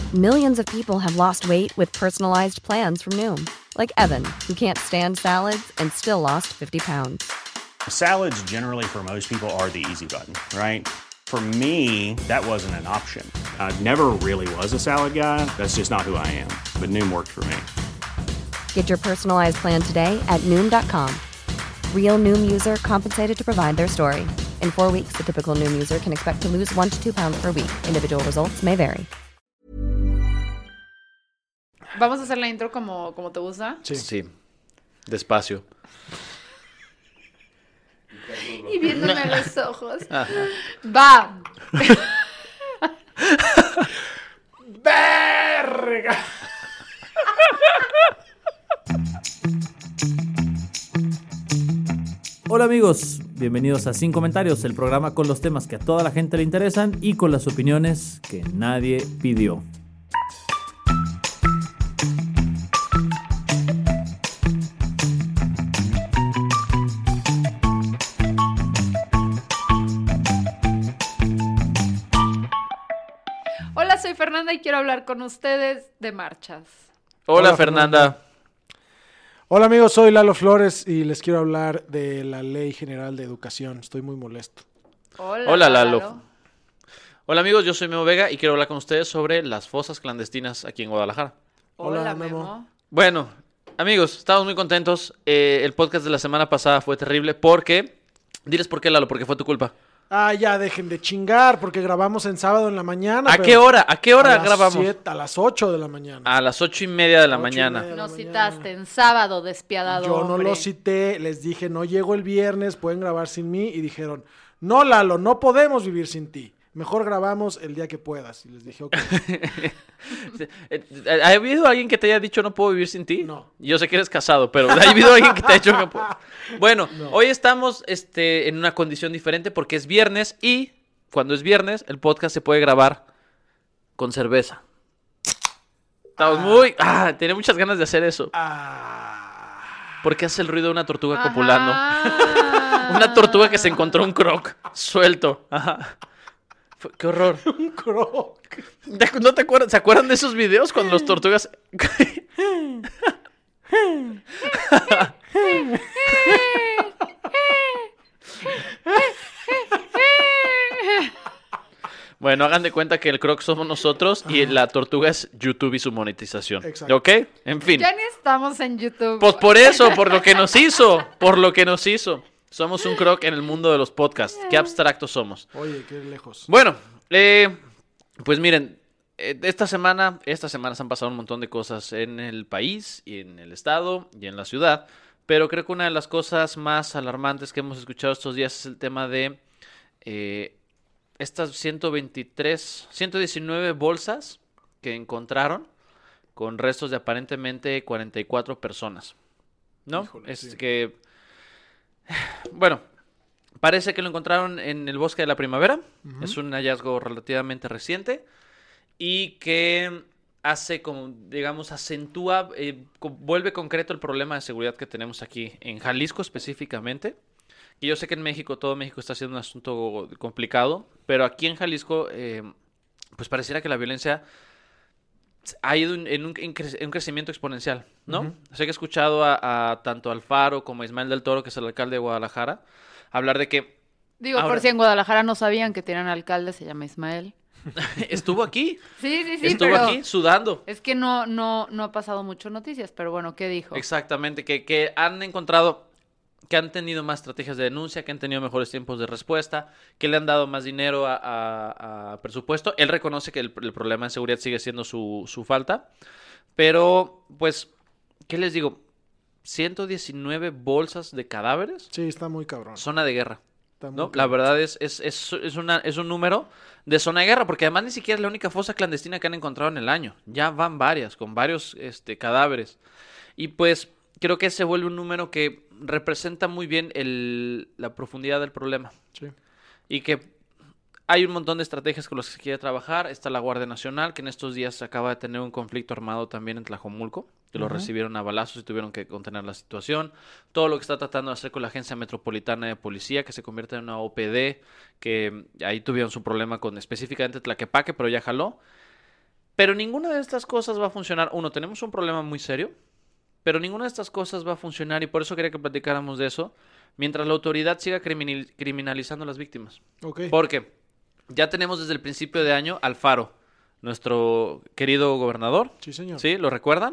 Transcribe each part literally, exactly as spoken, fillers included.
Millions of people have lost weight with personalized plans from Noom. Like Evan, who can't stand salads and still lost fifty pounds. Salads generally for most people are the easy button, right? For me, that wasn't an option. I never really was a salad guy. That's just not who I am. But Noom worked for me. Get your personalized plan today at Noom dot com. Real Noom user compensated to provide their story. In four weeks, the typical Noom user can expect to lose one to two pounds per week. Individual results may vary. ¿Vamos a hacer la intro como, como te gusta? Sí. Sí. Despacio. Y viéndome a los ojos. Ajá. Va. ¡Verga! Hola amigos, bienvenidos a Sin Comentarios, el programa con los temas que a toda la gente le interesan y con las opiniones que nadie pidió. Hola, soy Fernanda y quiero hablar con ustedes de marchas. Hola, Hola Fernanda. Fernanda. Hola amigos, soy Lalo Flores y les quiero hablar de la Ley General de Educación. Estoy muy molesto. Hola, Hola Lalo. Lalo. Hola amigos, yo soy Memo Vega y quiero hablar con ustedes sobre las fosas clandestinas aquí en Guadalajara. Hola, Hola Memo. Memo. Bueno, amigos, estamos muy contentos. Eh, el podcast de la semana pasada fue terrible porque... Diles por qué, Lalo, porque fue tu culpa. Ah, ya, dejen de chingar, porque grabamos en sábado en la mañana. ¿A qué hora? ¿A qué hora a grabamos? Las siete, a las ocho de la mañana. A las ocho y media de la mañana. No citaste en sábado, despiadado Yo no hombre. lo cité, les dije, no llego el viernes, pueden grabar sin mí. Y dijeron, no, Lalo, no podemos vivir sin ti. Mejor grabamos el día que puedas. Y les dije, ok. ¿Ha habido alguien que te haya dicho no puedo vivir sin ti? No. Yo sé que eres casado, pero ¿ha habido alguien que te haya dicho no puedo? Bueno, no. Hoy estamos este, en una condición diferente porque es viernes y cuando es viernes el podcast se puede grabar con cerveza. Estamos ah. muy... Ah, tenía muchas ganas de hacer eso. Ah. ¿Por qué hace el ruido de una tortuga Ajá. copulando? Una tortuga que se encontró un croc suelto. Ajá. ¡Qué horror! Un croc. ¿No te acuerdas? ¿Se acuerdan de esos videos cuando los tortugas... Bueno, hagan de cuenta que el croc somos nosotros y la tortuga es YouTube y su monetización. Exacto. ¿Ok? En fin. Ya ni estamos en YouTube. Pues por eso, por lo que nos hizo. Por lo que nos hizo. Somos un croc en el mundo de los podcasts. Qué abstractos somos. Oye, qué lejos. Bueno, eh, pues miren, eh, esta semana, estas semanas han pasado un montón de cosas en el país y en el estado y en la ciudad. Pero creo que una de las cosas más alarmantes que hemos escuchado estos días es el tema de eh, estas ciento veintitrés, ciento diecinueve bolsas que encontraron con restos de aparentemente cuarenta y cuatro personas. ¿No? Híjole, es sí. que... Bueno, parece que lo encontraron en el bosque de la primavera. Uh-huh. Es un hallazgo relativamente reciente y que hace, como digamos, acentúa, eh, vuelve concreto el problema de seguridad que tenemos aquí en Jalisco específicamente. Y yo sé que en México, todo México está siendo un asunto complicado, pero aquí en Jalisco, eh, pues pareciera que la violencia ha ido en un, en un crecimiento exponencial, ¿no? Uh-huh. Sé que he escuchado a, a tanto Alfaro como a Ismael del Toro, que es el alcalde de Guadalajara, hablar de que... Digo, ahora... por si en Guadalajara no sabían que tienen alcalde, se llama Ismael. Estuvo aquí. Sí, sí, sí, Estuvo pero aquí sudando. Es que no, no, no ha pasado mucho noticias, pero bueno, ¿qué dijo? Exactamente, que, que han encontrado... que han tenido más estrategias de denuncia, que han tenido mejores tiempos de respuesta, que le han dado más dinero a, a, a presupuesto. Él reconoce que el, el problema de seguridad sigue siendo su, su falta, pero, pues, ¿qué les digo? ciento diecinueve bolsas de cadáveres. Sí, está muy cabrón. Zona de guerra, está muy ¿no? cabrón. La verdad es, es, es, es, una, es un número de zona de guerra, porque además ni siquiera es la única fosa clandestina que han encontrado en el año. Ya van varias, con varios este, cadáveres. Y, pues... creo que se vuelve un número que representa muy bien el, la profundidad del problema. Sí. Y que hay un montón de estrategias con las que se quiere trabajar. Está la Guardia Nacional, que en estos días acaba de tener un conflicto armado también en Tlajomulco, que uh-huh. lo recibieron a balazos y tuvieron que contener la situación. Todo lo que está tratando de hacer con la Agencia Metropolitana de Policía, que se convierte en una O P D, que ahí tuvieron su problema con específicamente Tlaquepaque, pero ya jaló. Pero ninguna de estas cosas va a funcionar. Uno, tenemos un problema muy serio, pero ninguna de estas cosas va a funcionar y por eso quería que platicáramos de eso, mientras la autoridad siga criminal- criminalizando a las víctimas. Ok. Porque ya tenemos desde el principio de año Alfaro, nuestro querido gobernador. Sí, señor. ¿Sí? ¿Lo recuerdan?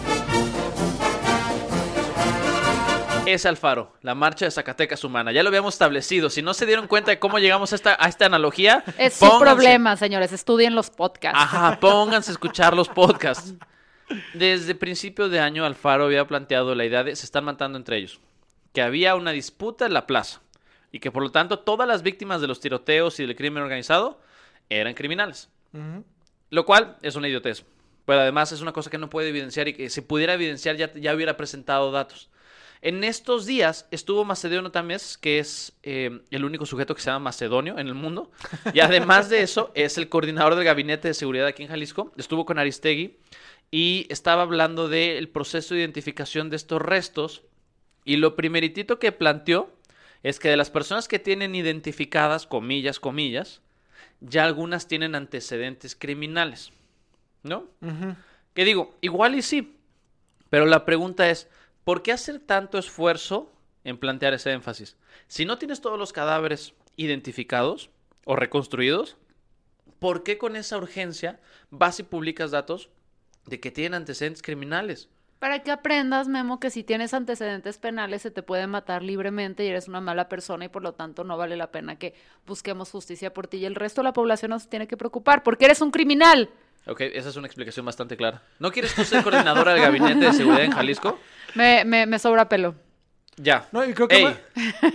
Es Alfaro, la marcha de Zacatecas humana. Ya lo habíamos establecido. Si no se dieron cuenta de cómo llegamos a esta, a esta analogía, Es su pónganse- problema, señores. Estudien los podcasts. Ajá, pónganse a escuchar los podcasts. Desde principio de año, Alfaro había planteado la idea de se están matando entre ellos. Que había una disputa en la plaza. Y que por lo tanto todas las víctimas de los tiroteos y del crimen organizado eran criminales. Ujú. Lo cual es una idiotez. Pero además es una cosa que no puede evidenciar y que si pudiera evidenciar ya, ya hubiera presentado datos. En estos días estuvo Macedonio Tamés, que es eh, el único sujeto que se llama Macedonio en el mundo. Y además de eso, es el coordinador del Gabinete de Seguridad aquí en Jalisco. Estuvo con Aristegui y estaba hablando del proceso de identificación de estos restos. Y lo primeritito que planteó es que de las personas que tienen identificadas, comillas, comillas, ya algunas tienen antecedentes criminales, ¿no? Ujú. Que digo, igual y sí, pero la pregunta es, ¿por qué hacer tanto esfuerzo en plantear ese énfasis? Si no tienes todos los cadáveres identificados o reconstruidos, ¿por qué con esa urgencia vas y publicas datos de que tienen antecedentes criminales? Para que aprendas, Memo, que si tienes antecedentes penales se te puede matar libremente y eres una mala persona y por lo tanto no vale la pena que busquemos justicia por ti y el resto de la población no se tiene que preocupar porque eres un criminal. Ok, esa es una explicación bastante clara. ¿No quieres tú ser coordinadora del Gabinete de Seguridad en Jalisco? Me, me, me sobra pelo. Ya. No, y creo que Ey. ma-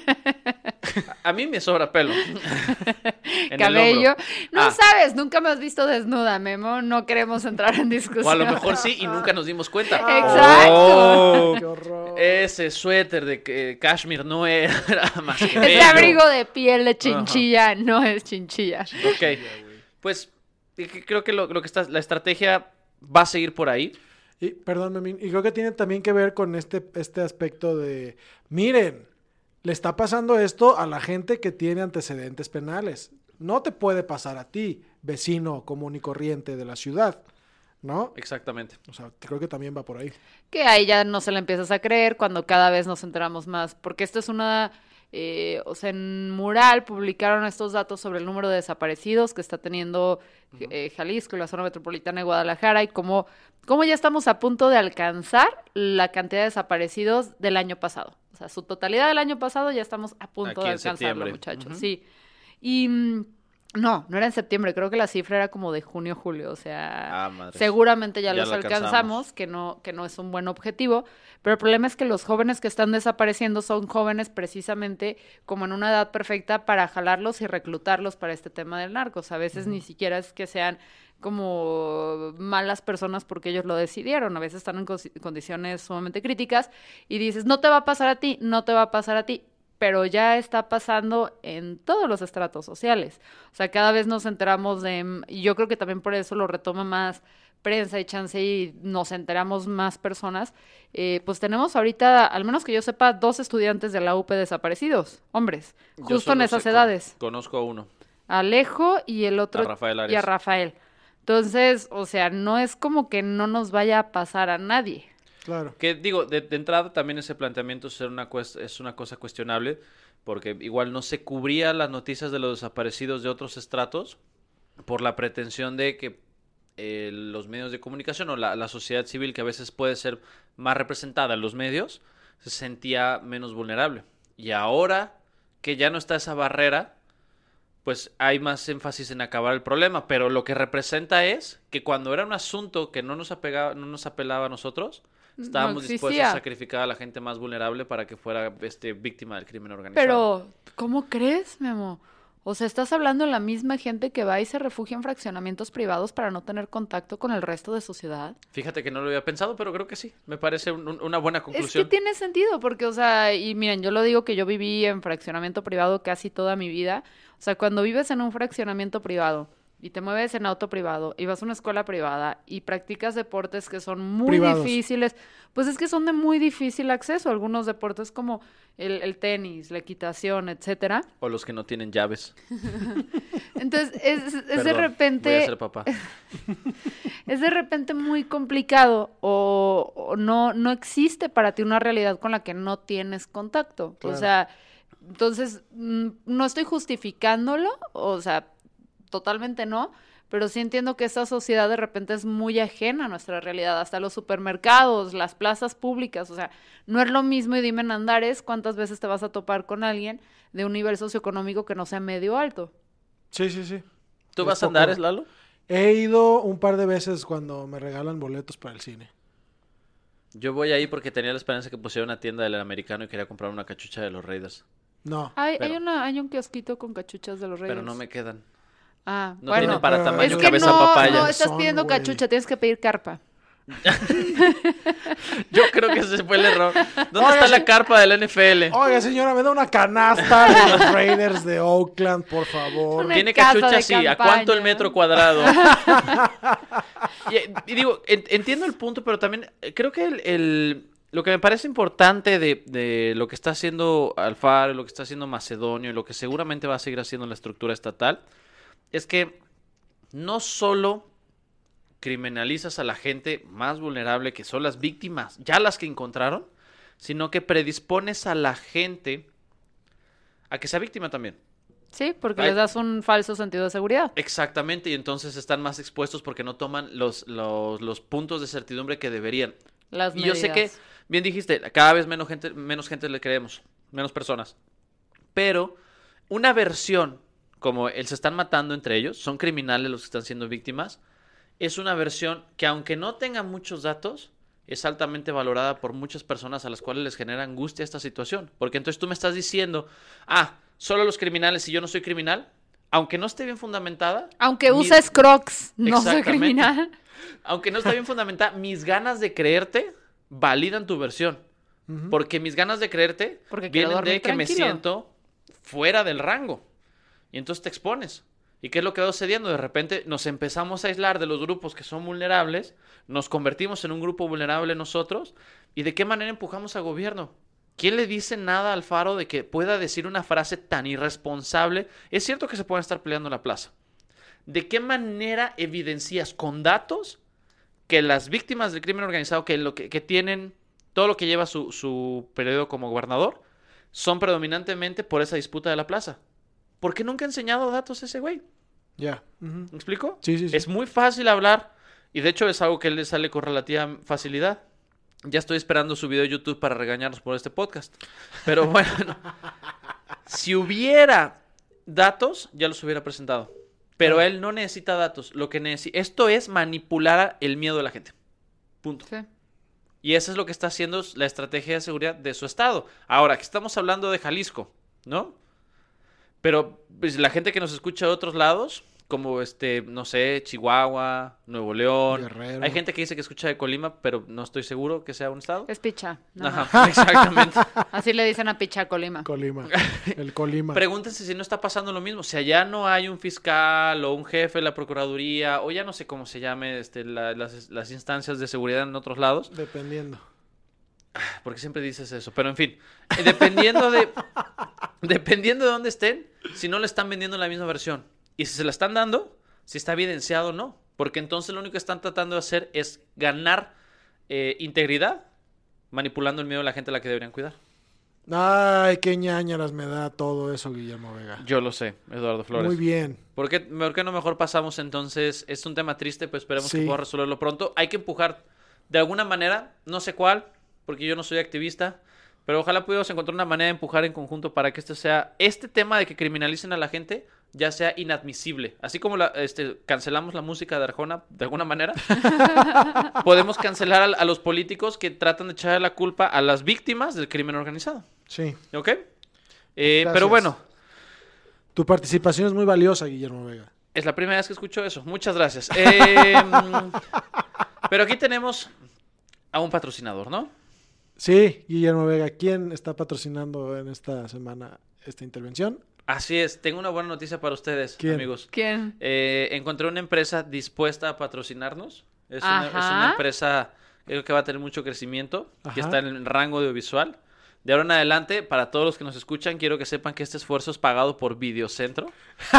A mí me sobra pelo. En el Cabello. hombro. No Ah, sabes, nunca me has visto desnuda, Memo. No queremos entrar en discusión. o a lo mejor sí y nunca nos dimos cuenta. Exacto. Oh, Qué horror. ese suéter de que Kashmir no era más que Ese bello. abrigo de piel de chinchilla no es chinchilla. Ok, pues y que- creo que lo, lo que está, la estrategia va a seguir por ahí. Y, perdón, Memín, y creo que tiene también que ver con este, este aspecto de, miren, le está pasando esto a la gente que tiene antecedentes penales. No te puede pasar a ti, vecino común y corriente de la ciudad, ¿no? Exactamente. O sea, creo que también va por ahí. Que ahí ya no se la empiezas a creer cuando cada vez nos enteramos más. Porque esto es una... eh, o sea, en Mural publicaron estos datos sobre el número de desaparecidos que está teniendo eh, Jalisco y la zona metropolitana de Guadalajara y cómo, cómo ya estamos a punto de alcanzar la cantidad de desaparecidos del año pasado. O sea, su totalidad del año pasado ya estamos a punto Aquí de en alcanzarlo, septiembre. muchachos. Ujú. Sí. Y... mm, no, no era en septiembre, creo que la cifra era como de junio, julio, o sea, Ah, madres. seguramente ya, Ya los lo alcanzamos, alcanzamos. que no, que no es un buen objetivo, pero el problema es que los jóvenes que están desapareciendo son jóvenes precisamente como en una edad perfecta para jalarlos y reclutarlos para este tema del narcos. A veces ni siquiera es que sean como malas personas porque ellos lo decidieron, a veces están en cos- condiciones sumamente críticas y dices, no te va a pasar a ti, no te va a pasar a ti, pero ya está pasando en todos los estratos sociales. O sea, cada vez nos enteramos de, y yo creo que también por eso lo retoma más prensa y chance y nos enteramos más personas, eh, pues tenemos ahorita, al menos que yo sepa, dos estudiantes de la U P desaparecidos, hombres, Yo justo en solo esas sé- edades. Conozco a uno. Alejo y el otro A Rafael y a Arias. Rafael. Entonces, o sea, no es como que no nos vaya a pasar a nadie. Claro. Que digo, de, de entrada también ese planteamiento es una, cues- es una cosa cuestionable, porque igual no se cubría las noticias de los desaparecidos de otros estratos por la pretensión de que eh, los medios de comunicación o la, la sociedad civil, que a veces puede ser más representada en los medios, se sentía menos vulnerable. Y ahora que ya no está esa barrera, pues hay más énfasis en acabar el problema, pero lo que representa es que cuando era un asunto que no nos apegaba, no nos apelaba a nosotros, estábamos dispuestos existía. a sacrificar a la gente más vulnerable para que fuera este, víctima del crimen organizado. Pero, ¿cómo crees, Memo? O sea, estás hablando de la misma gente que va y se refugia en fraccionamientos privados para no tener contacto con el resto de sociedad. Fíjate que no lo había pensado, pero creo que sí. Me parece un- un- una buena Es conclusión. que tiene sentido, porque, o sea, y miren, yo lo digo que yo viví en fraccionamiento privado casi toda mi vida. O sea, cuando vives en un fraccionamiento privado y te mueves en auto privado y vas a una escuela privada y practicas deportes que son muy Privados. difíciles, pues es que son de muy difícil acceso. Algunos deportes como el, el tenis, la equitación, etcétera. O los que no tienen llaves. Entonces, es, es de Perdón, voy a repente... ser papá. Es de repente muy complicado o, o no, no existe para ti una realidad con la que no tienes contacto. Claro. O sea, entonces, mm, no estoy justificándolo, o sea, totalmente no, pero sí entiendo que esta sociedad de repente es muy ajena a nuestra realidad, hasta los supermercados, las plazas públicas, o sea, no es lo mismo, y dime en Andares cuántas veces te vas a topar con alguien de un nivel socioeconómico que no sea medio alto. Sí, sí, sí. ¿Tú Es vas a poco- Andares, Lalo? He ido un par de veces cuando me regalan boletos para el cine. Yo voy ahí porque tenía la esperanza que pusiera una tienda del americano y quería comprar una cachucha de los Raiders. No. Hay, Pero- hay, una, hay un kiosquito con cachuchas de los Reyes. Pero no me quedan. Ah, No bueno. tienen para pero- tamaño Es que cabeza no, papaya. no estás Son, pidiendo güey. cachucha, tienes que pedir carpa. Yo creo que ese fue el error. ¿Dónde Oiga, está sí. la carpa del N F L? Oiga, señora, me da una canasta de los Raiders de Oakland, por favor. Una Tiene casa cachucha, de sí. ¿A cuánto el campaña. metro cuadrado? y, y digo, en- entiendo el punto, pero también eh, creo que el, el- lo que me parece importante de, de lo que está haciendo Alfaro, lo que está haciendo Macedonio y lo que seguramente va a seguir haciendo la estructura estatal, es que no solo criminalizas a la gente más vulnerable, que son las víctimas, ya las que encontraron, sino que predispones a la gente a que sea víctima también. Sí, porque Ay. les das un falso sentido de seguridad. Exactamente, y entonces están más expuestos porque no toman los, los, los puntos de certidumbre que deberían. Las Y yo sé que, medidas. bien dijiste, cada vez menos gente, menos gente le creemos, menos personas. Pero una versión, como el se están matando entre ellos, son criminales los que están siendo víctimas, es una versión que aunque no tenga muchos datos, es altamente valorada por muchas personas a las cuales les genera angustia esta situación. Porque entonces tú me estás diciendo, ah, solo los criminales y yo no soy criminal, aunque no esté bien fundamentada. Aunque mis- uses Crocs, no soy Exactamente. criminal. Aunque no está bien fundamentada, mis ganas de creerte validan tu versión. Ujú. Porque mis ganas de creerte Porque quiero vienen de dormir que me tranquilo. siento fuera del rango. Y entonces te expones. ¿Y qué es lo que va sucediendo? De repente nos empezamos a aislar de los grupos que son vulnerables, nos convertimos en un grupo vulnerable nosotros, ¿y de qué manera empujamos al gobierno? ¿Quién le dice nada a Alfaro de que pueda decir una frase tan irresponsable? Es cierto que se pueden estar peleando en la plaza. ¿De qué manera evidencias con datos que las víctimas del crimen organizado, que, lo que, que tienen todo lo que lleva su, su periodo como gobernador, son predominantemente por esa disputa de la plaza? ¿Por qué nunca ha enseñado datos ese güey? Ya. Ujú. ¿Me explico? Sí, sí, sí. Es muy fácil hablar, y de hecho es algo que él le sale con relativa facilidad. Ya estoy esperando su video de YouTube para regañarnos por este podcast. Pero bueno, si hubiera datos, ya los hubiera presentado. Pero él no necesita datos. Lo que necesita, esto es manipular el miedo de la gente. Punto. Sí. Y eso es lo que está haciendo la estrategia de seguridad de su estado. Ahora, que estamos hablando de Jalisco, ¿no? Pero pues, la gente que nos escucha de otros lados, como este, no sé, Chihuahua, Nuevo León. Guerrero. Hay gente que dice que escucha de Colima, pero no estoy seguro que sea un estado. Es picha. nada más. Ajá, exactamente. Así le dicen a picha Colima. Colima. El Colima. Pregúntense si no está pasando lo mismo. Si allá no hay un fiscal o un jefe de la Procuraduría, o ya no sé cómo se llame este, la- las, las instancias de seguridad en otros lados. Dependiendo. Porque siempre dices eso, pero en fin, eh, dependiendo de dependiendo de dónde estén, si no le están vendiendo la misma versión y si se la están dando, si está evidenciado o no, porque entonces lo único que están tratando de hacer es ganar eh, integridad, manipulando el miedo de la gente a la que deberían cuidar. Ay, qué ñañaras me da todo eso, Guillermo Vega. Yo lo sé, Eduardo Flores. Muy bien. ¿Por qué, por qué no mejor pasamos entonces? Es un tema triste, pero esperemos Sí. que pueda resolverlo pronto. Hay que empujar de alguna manera, no sé cuál, porque yo no soy activista, pero ojalá pudiéramos encontrar una manera de empujar en conjunto para que este sea, este tema de que criminalicen a la gente ya sea inadmisible. Así como la, este, cancelamos la música de Arjona de alguna manera, podemos cancelar a, a los políticos que tratan de echar la culpa a las víctimas del crimen organizado. Sí. ¿Ok? Eh, Gracias. pero bueno, Tu participación es muy valiosa, Guillermo Vega. es la primera vez que escucho eso. Muchas gracias. Eh, pero aquí tenemos a un patrocinador, ¿no? Sí, Guillermo Vega. ¿Quién está patrocinando en esta semana esta intervención? Así es, tengo una buena noticia para ustedes, ¿Quién? amigos. ¿Quién? Eh, encontré una empresa dispuesta a patrocinarnos. Es una, es Ajá. una empresa, creo que va a tener mucho crecimiento, Ajá. que está en el rango audiovisual. De ahora en adelante, para todos los que nos escuchan, quiero que sepan que este esfuerzo es pagado por Videocentro.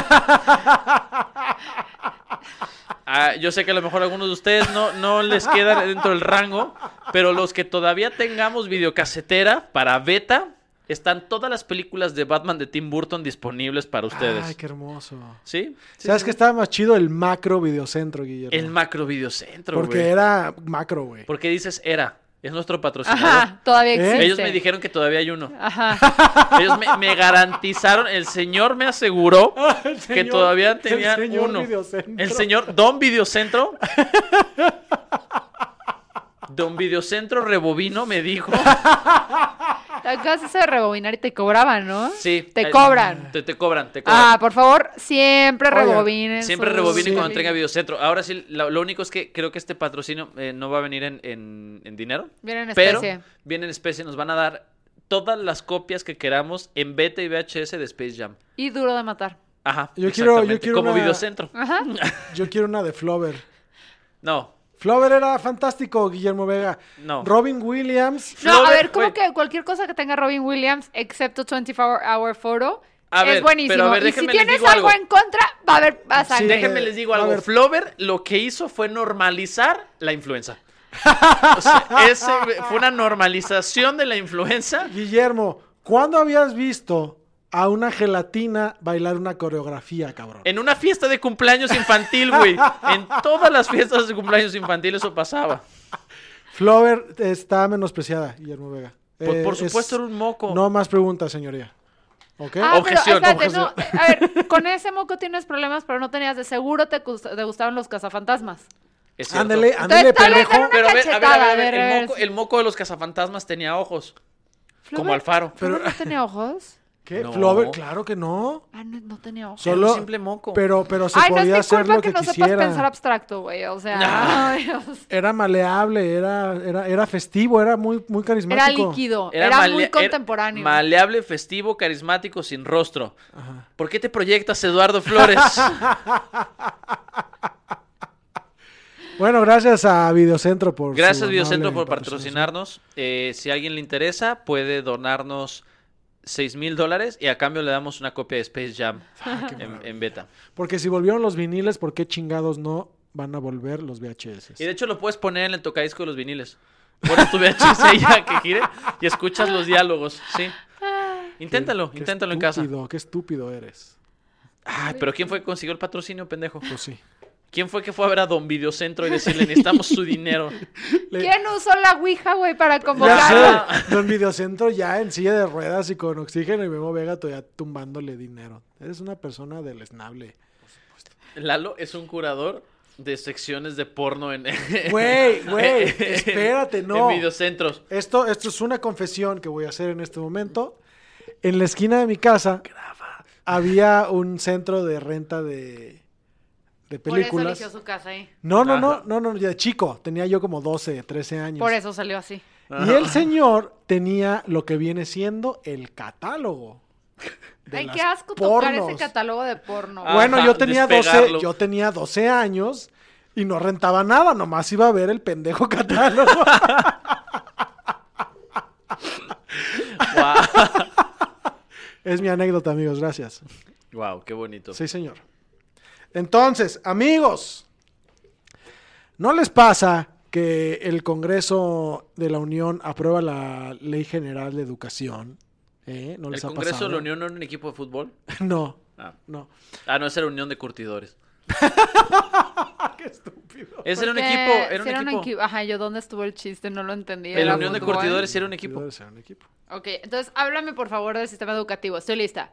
Ah, yo sé que a lo mejor a algunos de ustedes no, no les queda dentro del rango, pero los que todavía tengamos videocasetera para beta, están todas las películas de Batman de Tim Burton disponibles para ustedes. Ay, qué hermoso. ¿Sí? Sí, ¿Sabes sí, que sí. estaba más chido el macro videocentro, Guillermo? El macro videocentro, Porque güey. era macro, güey. ¿Por qué dices era? Es nuestro patrocinador. Ajá, todavía ¿Eh? existe. Ellos me dijeron que todavía hay uno. Ajá. Ellos me, me garantizaron, el señor me aseguró El que señor- todavía tenían el señor uno. Videocentro. El señor Don Videocentro. Don Videocentro Rebobino me dijo. Acabas eso de rebobinar y te cobraban, ¿no? Sí. Te eh, cobran. Te, te cobran, te cobran. Ah, por favor, siempre Oigan, rebobinen. Siempre sus- rebobinen Sí. cuando tenga Videocentro. Ahora sí, lo, lo único es que creo que este patrocinio eh, no va a venir en, en, en dinero. Viene en Pero especie. viene en especie. Nos van a dar todas las copias que queramos en beta y V H S de Space Jam. Y duro de matar. Ajá. Yo quiero- yo exactamente, quiero como una- Videocentro. Ajá. Yo quiero una de Flover. No. Flover era fantástico, Guillermo Vega. No. Robin Williams. No, a Flover, ver, como güey. que cualquier cosa que tenga Robin Williams, excepto veinticuatro hour photo, A es ver, buenísimo. pero a ver, y si déjenme les tienes digo algo, algo. en contra, va a haber va a Sí, sangre. Déjenme les digo a algo. ver. Flover lo que hizo fue normalizar la influenza. O sea, ese fue una normalización de la influenza. Guillermo, ¿cuándo habías visto a una gelatina bailar una coreografía, cabrón? En una fiesta de cumpleaños infantil, güey. En todas las fiestas de cumpleaños infantil eso pasaba. Flover está menospreciada, Guillermo Vega. Por, Eh, por es- supuesto era un moco. No más preguntas, señoría. ¿Ok? Ah, Objeción, pero espérate, objeción. no, a ver, con ese moco tienes problemas, pero no tenías, de seguro te, gust- te gustaban los cazafantasmas. Es cierto. Ándale, ándale, Entonces, tal vez pendejo. era una Pero a ver, a ver, a ver, a ver, cachetada, a ver, a el, ver. moco, el moco de los cazafantasmas tenía ojos. Como ¿Flover? Alfaro. ¿Flover no tenía ojos? ¿Qué? No. Flover, claro que no. Ah, no, no tenía ojos. Era un Solo, simple moco. Pero, pero se Ay, no podía es mi hacer culpa lo que, que, no sepas quisiera. pensar abstracto, güey. O sea, Ah. ay, Dios. Era maleable, era, era, era festivo, era muy, muy carismático. Era líquido, era, malea- muy era contemporáneo. maleable, festivo, carismático, sin rostro. ¿Por qué te proyectas, Eduardo Flores? Bueno, gracias a Videocentro por Gracias, su Videocentro, amable por patrocinación. patrocinarnos. Eh, si a alguien le interesa, puede donarnos seis mil dólares y a cambio le damos una copia de Space Jam en, en beta. Porque si volvieron los viniles, ¿por qué chingados no van a volver los V H S? Y de hecho lo puedes poner en el tocadisco de los viniles. Pones tu V H S ya que gire y escuchas los diálogos, sí. Inténtalo, Qué- qué inténtalo en casa. estúpido, Qué estúpido eres. Ay, pero ¿quién fue que consiguió el patrocinio, pendejo? Pues sí. ¿Quién fue que fue a ver a Don Videocentro y decirle necesitamos su dinero? Le- ¿Quién usó la Ouija, güey, para Ya convocarlo? sé, Don Videocentro ya en silla de ruedas y con oxígeno y Memo Vega todavía tumbándole dinero. Eres una persona deleznable. Lalo es un curador de secciones de porno en... Güey, güey, espérate, no. En videocentros. Esto, esto es una confesión que voy a hacer en este momento. En la esquina de mi casa había un centro de renta de, de Por eso películas. eligió su casa ahí. No, no, no, Ajá. no, no, ya de chico. Tenía yo como doce, trece años. Por eso salió así. Y el señor tenía lo que viene siendo el catálogo. de Ay, las qué asco tocar ese pornos. catálogo de porno. Ah. Bueno, Ajá, yo tenía doce, despegarlo. yo tenía doce años y no rentaba nada, nomás iba a ver el pendejo catálogo. Wow. Es mi anécdota, amigos, gracias. Wow, qué bonito. Sí, señor. Entonces, amigos, ¿no les pasa que el Congreso de la Unión aprueba la Ley General de Educación? ¿Eh? ¿No ¿El les ha Congreso pasado? de la Unión no era un equipo de fútbol? No, Ah, no. ah no, esa era Unión de Curtidores. Qué estúpido. Ese era un Porque equipo, era sí un equipo. equi- Ajá, yo dónde estuvo el chiste, no lo entendí. En Era la Unión de fútbol. Curtidores era un equipo. Curtidores era un equipo. Ok, entonces háblame por favor del sistema educativo. Estoy lista.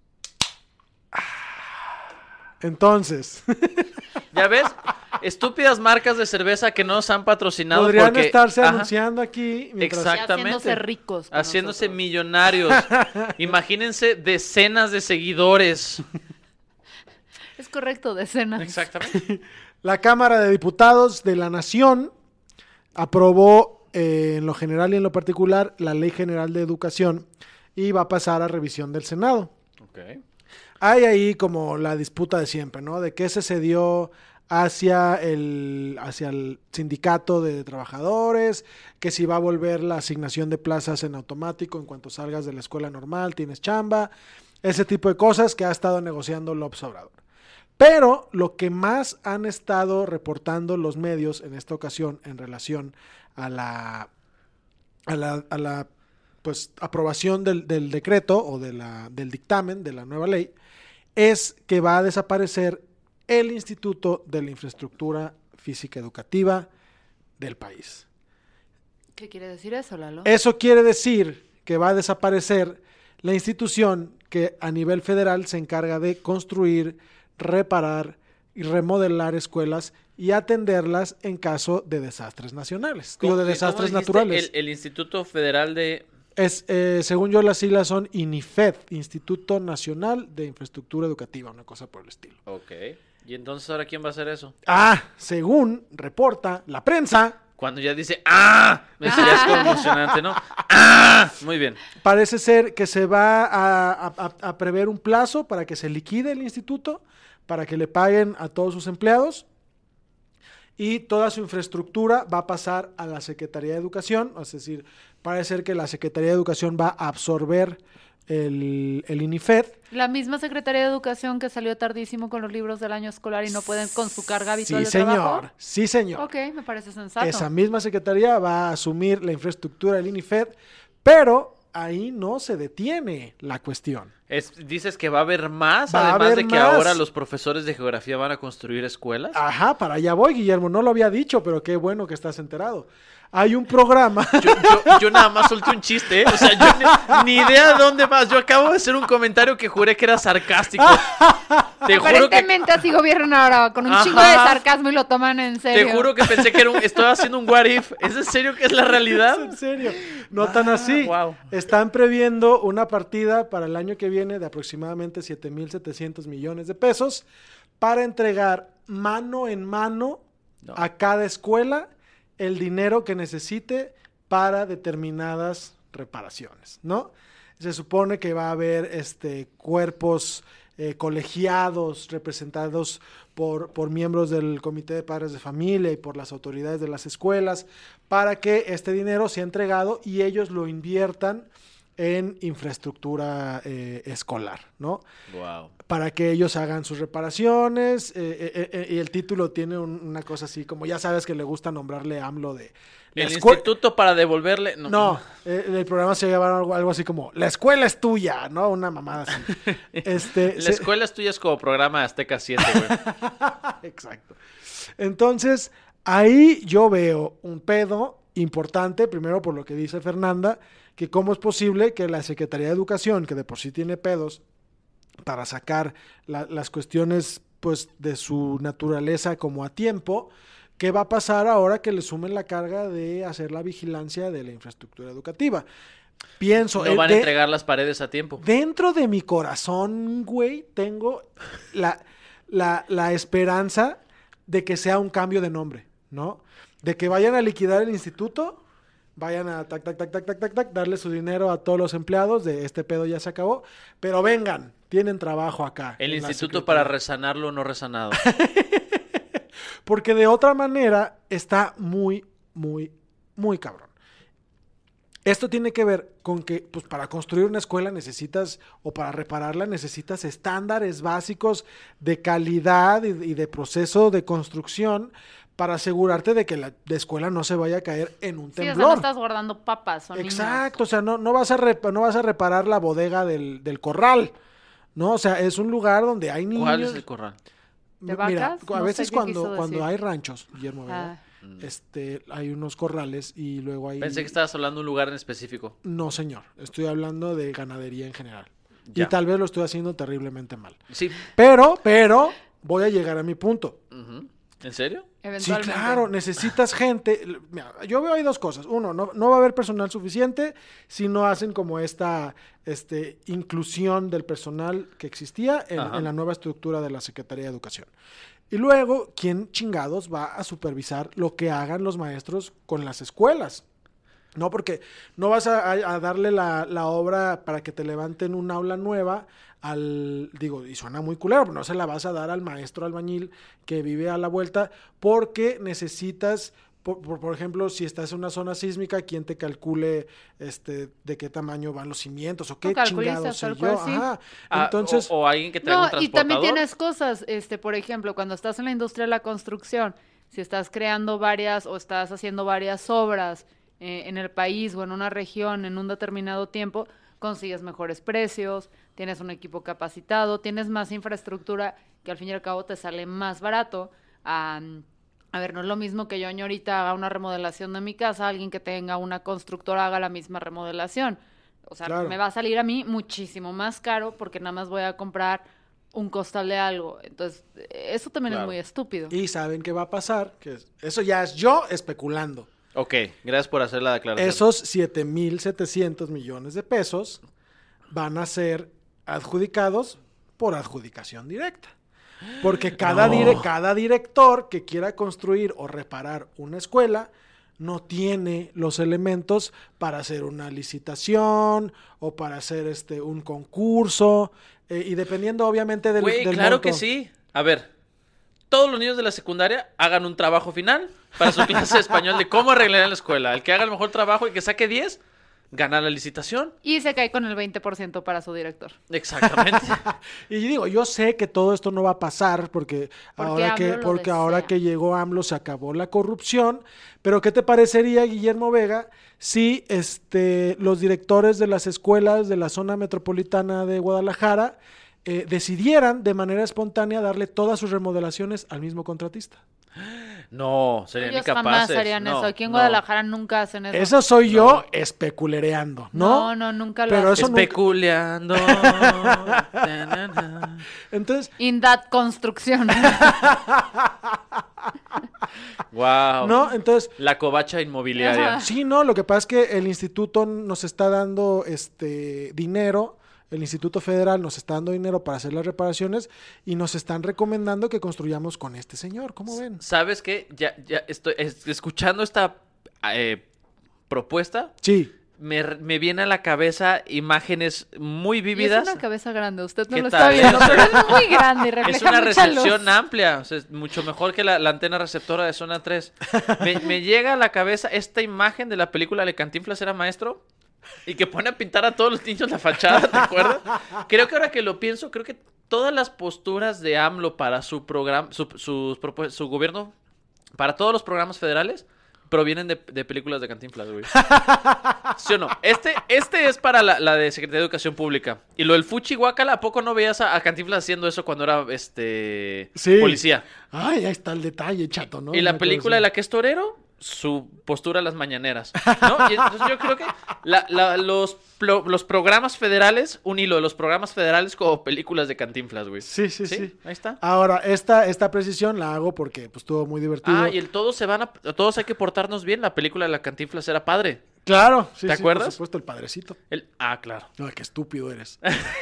Entonces, ¿Ya ves? Estúpidas marcas de cerveza que no nos han patrocinado podrían porque... estarse Ajá. anunciando aquí mientras... Exacto. Y haciéndose Exactamente. ricos. con Haciéndose nosotros. millonarios. Imagínense decenas de seguidores. Es correcto, decenas. Exactamente. La Cámara de Diputados de la Nación aprobó eh, en lo general y en lo particular la Ley General de Educación y va a pasar a revisión del Senado. Ok. hay ahí como la disputa de siempre, ¿no? De qué se cedió hacia el, hacia el sindicato de trabajadores, que si va a volver la asignación de plazas en automático en cuanto salgas de la escuela normal, tienes chamba, ese tipo de cosas que ha estado negociando López Obrador. Pero lo que más han estado reportando los medios en esta ocasión en relación a la, a la, a la pues, aprobación del, del decreto o de la, del dictamen de la nueva ley es que va a desaparecer el Instituto de la Infraestructura Física Educativa del país. ¿Qué quiere decir eso, Lalo? Eso quiere decir que va a desaparecer la institución que a nivel federal se encarga de construir, reparar y remodelar escuelas y atenderlas en caso de desastres nacionales, digo, de desastres naturales. El, el Instituto Federal de... Es, eh, según yo, las siglas son INIFED, Instituto Nacional de Infraestructura Educativa, una cosa por el estilo. Ok. ¿Y entonces ahora quién va a hacer eso? Ah, según reporta la prensa... Cuando ya dice, ¡ah! Eso ya es como emocionante, ¿no? ¡Ah! Muy bien. Parece ser que se va a, a, a prever un plazo para que se liquide el instituto, para que le paguen a todos sus empleados y toda su infraestructura va a pasar a la Secretaría de Educación, es decir, parece ser que la Secretaría de Educación va a absorber el, el INIFED. La misma Secretaría de Educación que salió tardísimo con los libros del año escolar y no pueden con su carga habitual sí, de señor, trabajo. Sí, señor. Ok, me parece sensato. Esa misma Secretaría va a asumir la infraestructura del INIFED, pero ahí no se detiene la cuestión. Es, dices que va a haber más, Va a además haber de que más. ahora los profesores de geografía van a construir escuelas. Ajá, para allá voy, Guillermo, no lo había dicho, pero qué bueno que estás enterado. Hay un programa. Yo, yo, yo nada más solté un chiste, ¿eh? O sea, yo ni, ni idea de dónde vas. Yo acabo de hacer un comentario que juré que era sarcástico. Te juro que... Aparentemente así gobiernan ahora, con un Ajá. chingo de sarcasmo y lo toman en serio. Te juro que pensé que era un, estaba haciendo un what if. ¿Es en serio que es la realidad? En serio, no tan así. wow. Están previendo una partida para el año que viene de aproximadamente siete mil setecientos millones de pesos para entregar mano en mano No. a cada escuela el dinero que necesite para determinadas reparaciones, ¿no? Se supone que va a haber este, cuerpos eh, colegiados representados por, por miembros del Comité de Padres de Familia y por las autoridades de las escuelas para que este dinero sea entregado y ellos lo inviertan en infraestructura eh, escolar, ¿no? Wow. Para que ellos hagan sus reparaciones, eh, eh, eh, y el título tiene un, una cosa así, como ya sabes que le gusta nombrarle AMLO de... la El escue- instituto para devolverle... No, No, eh, el programa se llama algo, algo así como, la escuela es tuya, ¿no? Una mamada así. Este, La se- escuela es tuya es como programa de Azteca siete, güey. Exacto. Entonces, ahí yo veo un pedo importante, primero por lo que dice Fernanda, que cómo es posible que la Secretaría de Educación, que de por sí tiene pedos para sacar la, las cuestiones pues de su naturaleza como a tiempo, ¿qué va a pasar ahora que le sumen la carga de hacer la vigilancia de la infraestructura educativa? Pienso... No eh, van a de- entregar las paredes a tiempo. Dentro de mi corazón, güey, tengo la, la, la esperanza de que sea un cambio de nombre, ¿no? De que vayan a liquidar el instituto, vayan a tac, tac, tac, tac, tac, tac, tac, darle su dinero a todos los empleados de este pedo ya se acabó, pero vengan, tienen trabajo acá. El en la instituto Secretaría. para resanarlo no resanado. Porque de otra manera está muy, muy, muy cabrón. Esto tiene que ver con que, pues, para construir una escuela necesitas, o para repararla necesitas estándares básicos de calidad y, y de proceso de construcción para asegurarte de que la de escuela no se vaya a caer en un Sí, o sea, temblor. no estás guardando papas, son niños. Exacto, o sea, no, no, vas a rep- no vas a reparar la bodega del, del corral, ¿no? O sea, es un lugar donde hay niños. ¿Cuál es el corral? ¿De Mira, vacas? a No veces sé qué quiso cuando, cuando decir. hay ranchos, Guillermo, ¿verdad? Ah, Este, hay unos corrales y luego hay... Pensé que estabas hablando de un lugar en específico. No, señor. Estoy hablando de ganadería en general. Ya. Y tal vez lo estoy haciendo terriblemente mal. Sí. Pero, pero, voy a llegar a mi punto. Ujú. ¿En serio? Sí, eventualmente. claro, necesitas gente. Mira, yo veo ahí dos cosas. Uno, no, no va a haber personal suficiente si no hacen como esta este, inclusión del personal que existía en, Ajá. en la nueva estructura de la Secretaría de Educación. Y luego, ¿quién chingados va a supervisar lo que hagan los maestros con las escuelas? No, porque no vas a, a- a darle la, la obra para que te levanten un aula nueva al, digo, y suena muy culero, pero no se la vas a dar al maestro albañil que vive a la vuelta, porque necesitas, por, por, por ejemplo, si estás en una zona sísmica, quien te calcule este de qué tamaño van los cimientos o qué calculistas, chingados sé tal yo. cual, sí. Ajá. Ah, Entonces, o, o alguien que traiga No, un y transportador. también tienes cosas, este, por ejemplo, cuando estás en la industria de la construcción, si estás creando varias o estás haciendo varias obras eh, en el país o en una región en un determinado tiempo, consigues mejores precios, tienes un equipo capacitado, tienes más infraestructura que al fin y al cabo te sale más barato. A, a ver, no es lo mismo que yo ahorita haga una remodelación de mi casa, alguien que tenga una constructora haga la misma remodelación. O sea, Claro. me va a salir a mí muchísimo más caro porque nada más voy a comprar un costal de algo. Entonces, eso también Claro. es muy estúpido. y saben qué va a pasar, que es- eso ya es yo especulando. Ok, gracias por hacer la declaración. Esos siete mil setecientos millones de pesos van a ser adjudicados por adjudicación directa. Porque cada, No. dire- cada director que quiera construir o reparar una escuela no tiene los elementos para hacer una licitación o para hacer este un concurso. eh, y dependiendo obviamente del, Güey, del claro monto. que sí. A ver, todos los niños de la secundaria hagan un trabajo final para su clase de español de cómo arreglar en la escuela. El que haga el mejor trabajo y que saque diez, gana la licitación. Y se cae con el veinte por ciento para su director. Exactamente. Y digo, yo sé que todo esto no va a pasar porque, Porque ahora AMLO que lo porque ahora desea. que llegó AMLO se acabó la corrupción, pero ¿qué te parecería, Guillermo Vega, si este los directores de las escuelas de la zona metropolitana de Guadalajara eh, decidieran de manera espontánea darle todas sus remodelaciones al mismo contratista? No, serían Ellos incapaces. jamás harían No, eso. Aquí en no. Guadalajara nunca hacen eso. Eso soy yo especulereando, ¿no? No, no, nunca lo Pero hacen. eso nunca- Especuleando. Ta-na-na. Entonces, In that construcción. Wow. ¿no? Entonces, La covacha inmobiliaria. Ajá. sí, no, lo que pasa es que el instituto nos está dando este dinero, el Instituto Federal nos está dando dinero para hacer las reparaciones y nos están recomendando que construyamos con este señor. ¿Cómo ven? ¿Sabes qué? Ya, ya estoy es- escuchando esta eh, propuesta. Sí. Me, me viene a la cabeza imágenes muy Y es vívidas. una cabeza grande. Usted no ¿Qué lo tal, está viendo, eh? pero es muy grande y refleja Es una mucha recepción luz. amplia, o sea, es mucho mejor que la, la antena receptora de Zona tres. Me, me llega a la cabeza esta imagen de la película de Cantinflas era maestro y que pone a pintar a todos los niños la fachada, ¿te acuerdas? Creo que ahora que lo pienso, creo que todas las posturas de AMLO para su programa, su, sus propu- su gobierno, para todos los programas federales, provienen de, de películas de Cantinflas, güey. ¿Sí o no? Este, este es para la, la de Secretaría de Educación Pública. Y lo del Fuchi Guacala, ¿a poco no veías a, a Cantinflas haciendo eso cuando era este Sí. policía? Ay, ahí está el detalle, chato, ¿no? Y la Me película de acuerdo, la que es torero, su postura a las mañaneras, ¿no? Y entonces yo creo que la- la- los, plo- los programas federales, un hilo de los programas federales como películas de Cantinflas, güey. Sí, sí, sí. Ahí está. Ahora, esta, esta precisión la hago porque pues, estuvo muy divertido. Ah, y el todos se van a... Todos hay que portarnos bien. La película de la Cantinflas era padre. Claro, sí, ¿Te sí, acuerdas? por supuesto, el padrecito. El... Ah, claro. Ay, qué estúpido eres.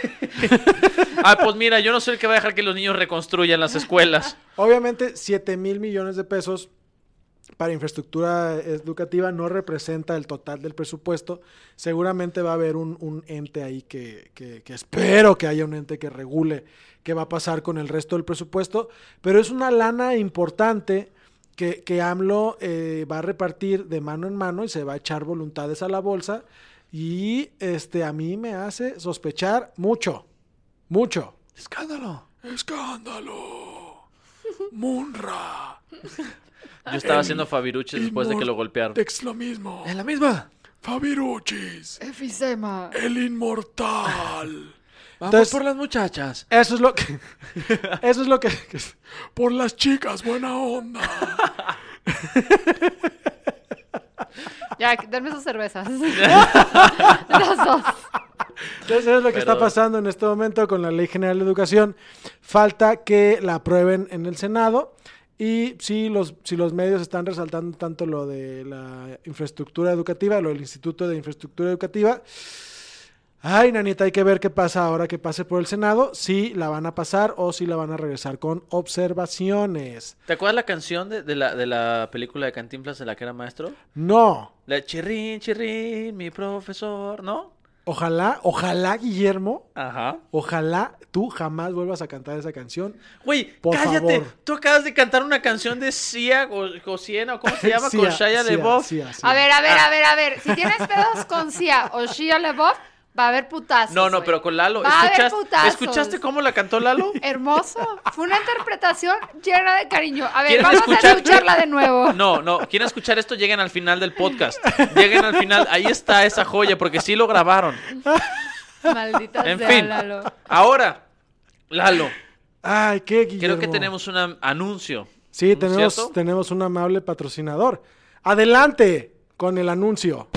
Ah, pues mira, yo no soy el que va a dejar que los niños reconstruyan las escuelas. Obviamente, siete mil millones de pesos para infraestructura educativa no representa el total del presupuesto. Seguramente va a haber un, un ente ahí que, que, que espero que haya un ente que regule qué va a pasar con el resto del presupuesto, pero es una lana importante que, que AMLO eh, va a repartir de mano en mano y se va a echar voluntades a la bolsa y este a mí me hace sospechar mucho, mucho. Escándalo. ¡Escándalo! ¡Munra! Yo estaba haciendo Fabiruches después de que lo golpearon. Es lo mismo. Es la misma. Fabiruchis, Efisema. el inmortal. Vamos Entonces- por las muchachas. Eso es lo que... Eso es lo que... que es- por las chicas, buena onda. Ya, denme sus cervezas. Las dos. Entonces, eso es lo que está Perdón. pasando en este momento con la Ley General de Educación. Falta que la aprueben en el Senado. Y si los, si los medios están resaltando tanto lo de la infraestructura educativa, lo del Instituto de Infraestructura Educativa, Ay, nanita, hay que ver qué pasa ahora que pase por el Senado, si la van a pasar o si la van a regresar con observaciones. ¿Te acuerdas la canción de, de, la, de la película de Cantinflas de la que era maestro? No. La chirrín, chirrín, mi profesor, ¿no? Ojalá, ojalá, Guillermo, Ajá. ojalá tú jamás vuelvas a cantar esa canción. Güey, Por cállate. favor. Tú acabas de cantar una canción de Sia o, o Siena, o ¿cómo se llama? Sia, Con Shia Sia, LaBeouf. Sia, Sia. A ver, a ver, a ver, a ver. Si tienes pedos con Sia o Shia LaBeouf, va a haber putazos. No, no, güey. pero con Lalo. Va a haber ¿Escuchaste, putazos. ¿Escuchaste cómo la cantó Lalo? Hermoso. Fue una interpretación llena de cariño. A ver, ¿Quieren vamos escuchar? a escucharla de nuevo. No, no. ¿Quieren escuchar esto? Lleguen al final del podcast. Lleguen al final. Ahí está esa joya, porque sí lo grabaron. Maldita En sea, fin. Lalo. Ahora, Lalo, Ay, qué, Guillermo. creo que tenemos un am- anuncio. Sí, ¿no tenemos, es cierto? tenemos un amable patrocinador. Adelante con el anuncio.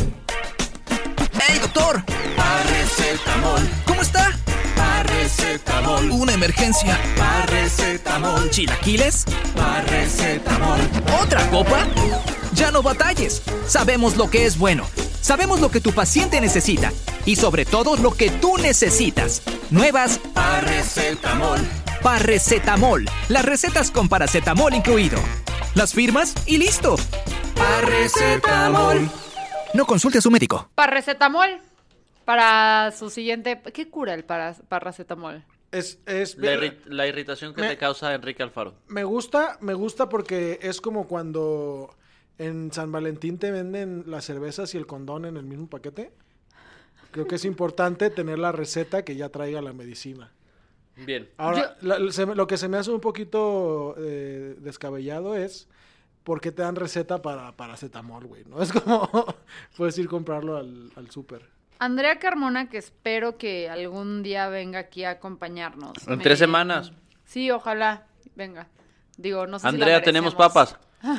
¡Hey, doctor! Paracetamol. ¿Cómo está? Paracetamol. ¿Una emergencia? Paracetamol. ¿Chilaquiles? Paracetamol. ¿Otra copa? Ya no batalles. Sabemos lo que es bueno. Sabemos lo que tu paciente necesita. Y sobre todo lo que tú necesitas. Nuevas Paracetamol. Paracetamol. Las recetas con paracetamol incluido. Las firmas y listo. Paracetamol. No consulte a su médico. Paracetamol. Para su siguiente... ¿Qué cura el para... paracetamol? Es, es, La, irri- la irritación que Me- te causa Enrique Alfaro. me gusta, me gusta porque es como cuando en San Valentín te venden las cervezas y el condón en el mismo paquete. Creo que es importante tener la receta que ya traiga la medicina. Bien. Ahora, la- se me- lo que se me hace un poquito eh, descabellado es por qué te dan receta para paracetamol, güey, ¿no? Es como, puedes ir a comprarlo al, al súper. Andrea Carmona, que espero que algún día venga aquí a acompañarnos. En Me- tres semanas. Sí, ojalá venga. Digo, no sé Andrea, si la tenemos merecemos.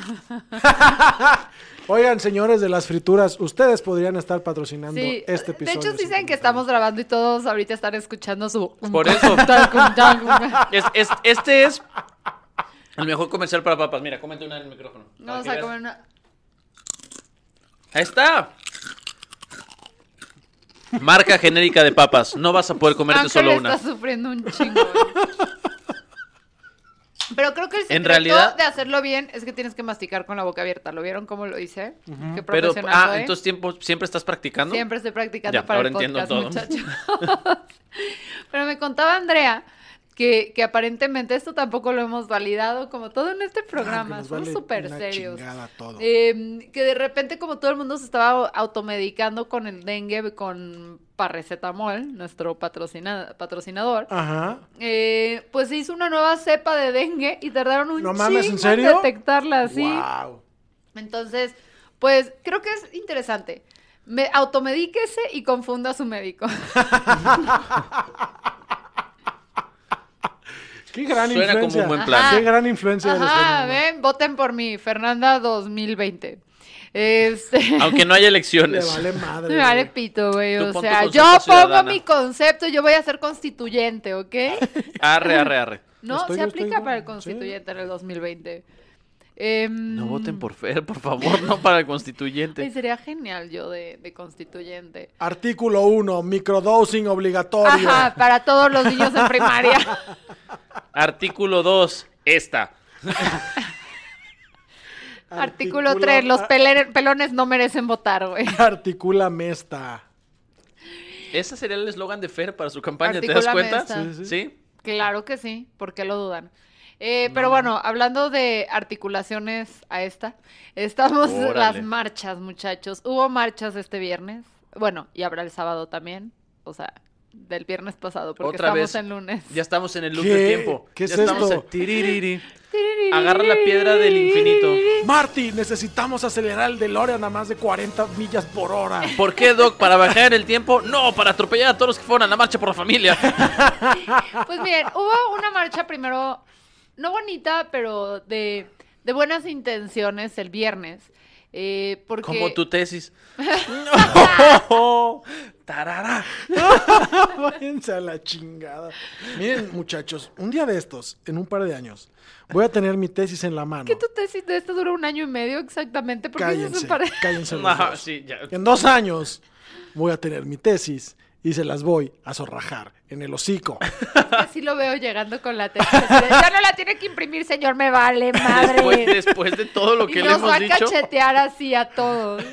papas. Oigan, señores de las frituras, ustedes podrían estar patrocinando Sí, este de episodio. hecho sin dicen que comentarios. estamos grabando y todos ahorita están escuchando su... Por eso. Es, es- este es el mejor comercial para papas. Mira, cómete una en el micrófono. para Vamos que a veas. comer una... Ahí está. Marca genérica de papas. No vas a poder comerte Ángel solo está una. sufriendo un chingo. güey. Pero creo que el secreto realidad- de hacerlo bien es que tienes que masticar con la boca abierta. ¿Lo vieron cómo lo hice? Qué Pero, profesional ah, soy. entonces tiempo, ¿siempre estás practicando? Siempre estoy practicando Ya, para ahora el entiendo podcast, todo. muchachos. Pero me contaba Andrea que, que aparentemente esto tampoco lo hemos validado, como todo en este Ah, que programa. nos Somos vale súper una serios. chingada todo. Eh, que de repente como todo el mundo se estaba automedicando con el dengue, con paracetamol, nuestro patrocina- patrocinador, Ajá. eh, pues se hizo una nueva cepa de dengue y tardaron un No mames, chingo ¿en serio? detectarla, ¿sí? Wow. Entonces, pues creo que es interesante. Me, automedíquese y confunda a su médico. Qué gran Suena como influencia. un buen plan. Qué gran influencia eres, Ajá, Fernanda. ven, voten por mí, Fernanda dos mil veinte. Este... Aunque no haya Le elecciones. vale madre. Me vale güey. pito, güey. Tú O pon tu sea, concepto yo pongo ciudadana. mi concepto, yo voy a ser constituyente, ¿ok? Arre, arre, arre. No, Estoy- se estoy aplica con- para el sí. constituyente en el dos mil veinte. Em, No voten por Fer, por favor, no para el ay, constituyente. sería genial yo de, de constituyente. Artículo uno, microdosing obligatorio. Ajá, para todos los niños en primaria. Artículo dos, esta. Artículo tres, los pele- pelones no merecen votar, güey. Articula mesta. Ese sería el eslogan de Fer para su campaña, ¿te Artículame das cuenta? esta. Sí, sí. ¿Sí? Claro que sí, ¿por qué lo dudan? Eh, pero bueno, hablando de articulaciones a esta, estamos en Órale. las marchas, muchachos. Hubo marchas este viernes, bueno, y habrá el sábado también, o sea, del viernes pasado, porque Otra estamos vez. en lunes. Ya estamos en el loop ¿Qué? del tiempo. ¿Qué ya es estamos esto? en tiririri. Agarra la piedra del infinito. Marty, necesitamos acelerar el DeLorean a más de cuarenta millas por hora. ¿Por qué, Doc? ¿Para bajar el tiempo? No, para atropellar a todos los que fueron a la marcha por la familia. Pues miren, hubo una marcha primero, no bonita, pero de, de buenas intenciones el viernes. Eh, porque... Como tu tesis. Tarara. Váyanse a la chingada. Miren, muchachos, un día de estos, en un par de años, voy a tener mi tesis en la mano. ¿Qué tu tesis de esto dura un año y medio exactamente? ¿Por qué dices Cállense, un par de- cállense los Ajá, dos. sí, ya. En dos años voy a tener mi tesis y se las voy a zorrajar en el hocico. Así lo veo llegando con la tesis. Ya no la tiene que imprimir, señor, me vale, madre. Después, después de todo lo que y le nos hemos va a dicho. cachetear así a todos.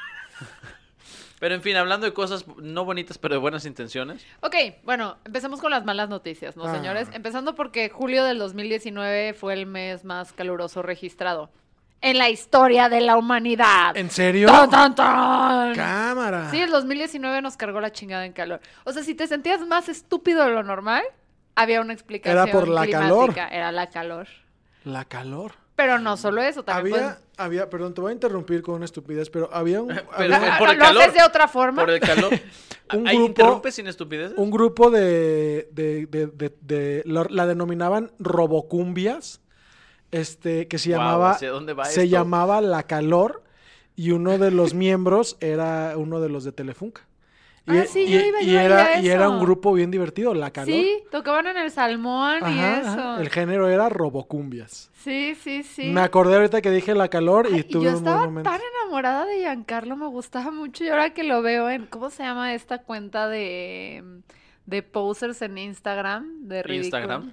Pero en fin, hablando de cosas no bonitas, pero de buenas intenciones. Ok, bueno, empecemos con las malas noticias, ¿no, Ah. señores? Empezando porque julio del dos mil diecinueve fue el mes más caluroso registrado en la historia de la humanidad. ¿En serio? ¡Tan, tan, tan! Cámara. Sí, el dos mil diecinueve nos cargó la chingada en calor. O sea, si te sentías más estúpido de lo normal, había una explicación Era por la climática. calor. Era la calor. La calor. Pero no solo eso, también Había, puedes- había, perdón, te voy a interrumpir con una estupidez, pero había un, Pero había Ah, por el ¿lo calor. haces de otra forma? Por el calor. Un ¿Ahí grupo- interrumpe sin estupideces? un grupo de, de, de, de, de- la, la denominaban robocumbias, este, que se Guau, llamaba, ¿hacia dónde va se esto? llamaba La Calor, y uno de los miembros era uno de los de Telefunca. Y, Ah, sí, y- yo iba- y yo iba a ir era, a y era eso. un grupo bien divertido, La Calor. Sí, tocaban en el salmón y Ajá, eso. ajá. El género era robocumbias. Sí, sí, sí. Me acordé ahorita que dije La Calor y Ay, y tuve yo un buen estaba momento. tan enamorada de Giancarlo, me gustaba mucho. Y ahora que lo veo en, ¿cómo se llama esta cuenta de, de posers en Instagram? De ridículo. ¿Instagram?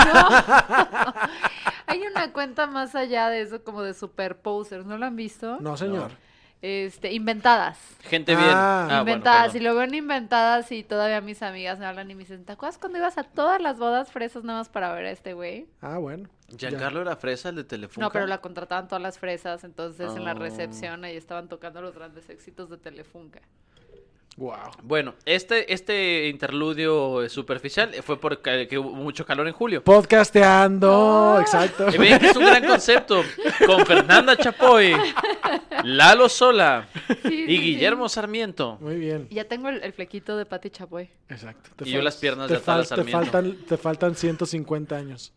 No. Hay una cuenta más allá de eso, como de super posers. ¿No lo han visto? No, señor. Este, inventadas. Gente bien. Ah. Ah, bueno, inventadas. perdón. y lo ven inventadas y todavía mis amigas me hablan y me dicen, ¿te acuerdas cuando ibas a todas las bodas fresas nada más para ver a este güey? Ah, bueno. ¿Giancarlo era fresa, el de Telefunca? No, pero la contrataban todas las fresas, entonces en la Oh. recepción ahí estaban tocando los grandes éxitos de Telefunca. Wow. Bueno, este, este interludio superficial fue porque que hubo mucho calor en julio. Podcasteando, Ah. exacto. Y ven que es un gran concepto. Con Fernanda Chapoy, Lalo Sola Sí, sí, y sí. Guillermo Sarmiento. Muy bien. Y ya tengo el, el flequito de Pati Chapoy. Exacto. Y yo las piernas te de Atala fal- te Sarmiento. faltan, te faltan ciento cincuenta años.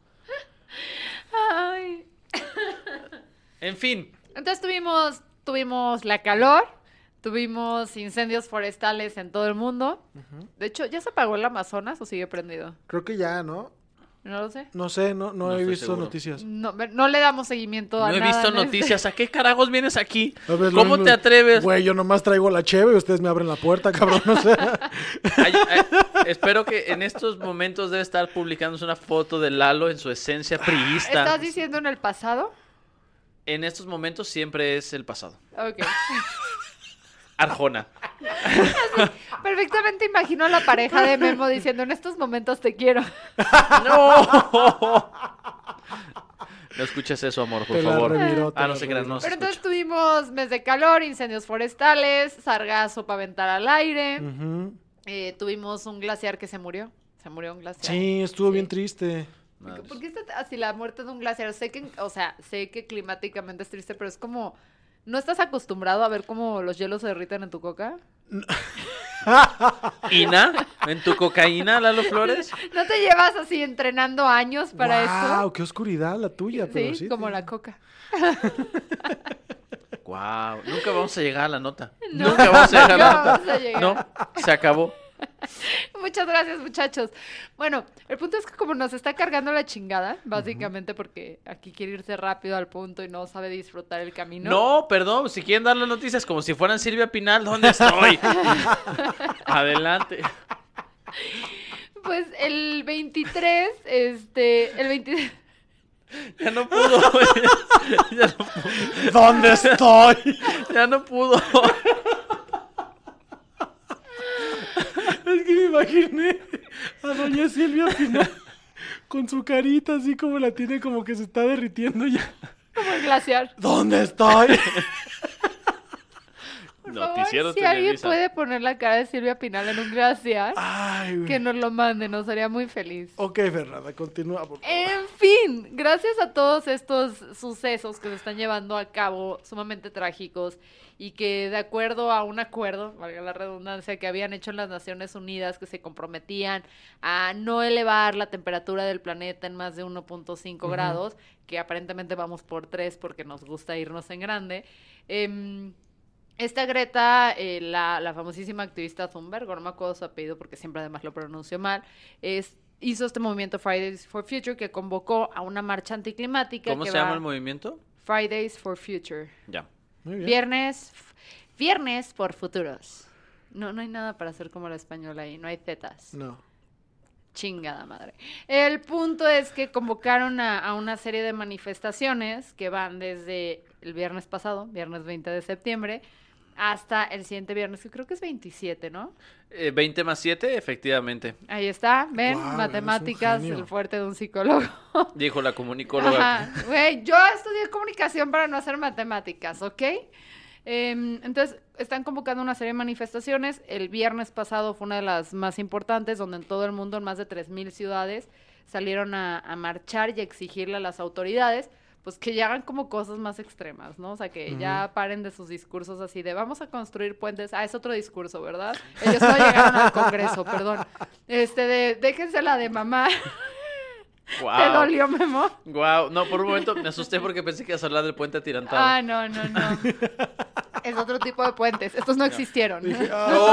Ay. En fin, Entonces tuvimos, tuvimos la calor, tuvimos incendios forestales en todo el mundo. De hecho, ¿ya se apagó el Amazonas o sigue prendido? Creo que ya, ¿no? No lo sé. No sé, no, no, No he estoy visto seguro. noticias. No, no le damos seguimiento no a he nada visto en este- noticias. ¿A qué carajos vienes aquí? A ver, ¿Cómo lo- te atreves? Güey, yo nomás traigo la cheve y ustedes me abren la puerta, cabrón. O sea, Ay, ay, espero que en estos momentos debe estar publicándose una foto de Lalo en su esencia priista. ¿Estás diciendo en el pasado? En estos momentos siempre es el pasado. Ok. Arjona. Perfectamente imagino a la pareja de Memo diciendo, en estos momentos te quiero. ¡No! No escuches eso, amor, por te la favor. reviró, te Ah, no la se crean, reviró. no se Pero entonces escucha. tuvimos mes de calor, incendios forestales, sargazo para aventar al aire. Ujú. Eh, tuvimos un glaciar que se murió. Se murió un glaciar. Sí, estuvo Sí. bien triste. Madres. ¿Por qué está así la muerte de un glaciar? Sé que, o sea, sé que climáticamente es triste, pero es como, ¿no estás acostumbrado a ver cómo los hielos se derriten en tu coca? ¿Ina? ¿En tu cocaína, Lalo Flores? ¿No te llevas así entrenando años para Wow, qué oscuridad la tuya, eso? pero Sí, sí. como te- la coca. Wow, nunca vamos a llegar a la nota. No, Nunca vamos a llegar a la no nota. vamos a llegar. No, se acabó. Muchas gracias, muchachos. Bueno, el punto es que como nos está cargando la chingada, básicamente porque aquí quiere irse rápido al punto y no sabe disfrutar el camino. No, perdón, si quieren dar las noticias como si fueran Silvia Pinal, ¿dónde estoy? Adelante. Pues el veintitrés, este, el veintitrés... Ya no pudo. Ya no pudo. ¿Dónde estoy? Ya no pudo. Es que me imaginé a doña Silvia Pinal con su carita así como la tiene, como que se está derritiendo ya. Como el glaciar. ¿Dónde estoy? Por Noticieros favor, si alguien Televisa. puede poner la cara de Silvia Pinal en un glaciar, Ay, güey. que nos lo mande, nos haría muy feliz. Ok, Fernanda, continúa, por favor. En fin, gracias a todos estos sucesos que se están llevando a cabo, sumamente trágicos, y que de acuerdo a un acuerdo, valga la redundancia, que habían hecho en las Naciones Unidas, que se comprometían a no elevar la temperatura del planeta en más de uno punto cinco grados, que aparentemente vamos por tres porque nos gusta irnos en grande. em, Esta Greta, eh, la, la famosísima activista Thunberg, no me acuerdo su apellido porque siempre además lo pronuncio mal, es, hizo este movimiento Fridays for Future que convocó a una marcha anticlimática. ¿Cómo que se va- llama el movimiento? Fridays for Future. Ya. Muy bien. Viernes, viernes por futuros. No, no hay nada para hacer como la española ahí, no hay tetas. No. Chingada madre. El punto es que convocaron a, a una serie de manifestaciones que van desde el viernes pasado, viernes veinte de septiembre, hasta el siguiente viernes, que creo que es veintisiete, ¿no? Eh, veinte más siete, efectivamente. Ahí está, ven, Guau, matemáticas, eres un genio. el fuerte de un psicólogo. Dijo la comunicóloga. Ajá, güey, yo estudié comunicación para no hacer matemáticas, ¿ok? Eh, entonces, están convocando una serie de manifestaciones. El viernes pasado fue una de las más importantes, donde en todo el mundo, en más de tres mil ciudades, salieron a, a marchar y a exigirle a las autoridades, pues que ya hagan como cosas más extremas, ¿no? O sea, que uh-huh. ya paren de sus discursos así de vamos a construir puentes. Ah, es otro discurso, ¿verdad? Ellos no llegaron al Congreso, perdón. Este, de déjense la de mamá. Wow. ¿Te dolió, Memo? Wow, no, por un momento me asusté porque pensé que ibas a hablar del puente atirantado. Ah, no, no, no. Es otro tipo de puentes. Estos no existieron. Dije,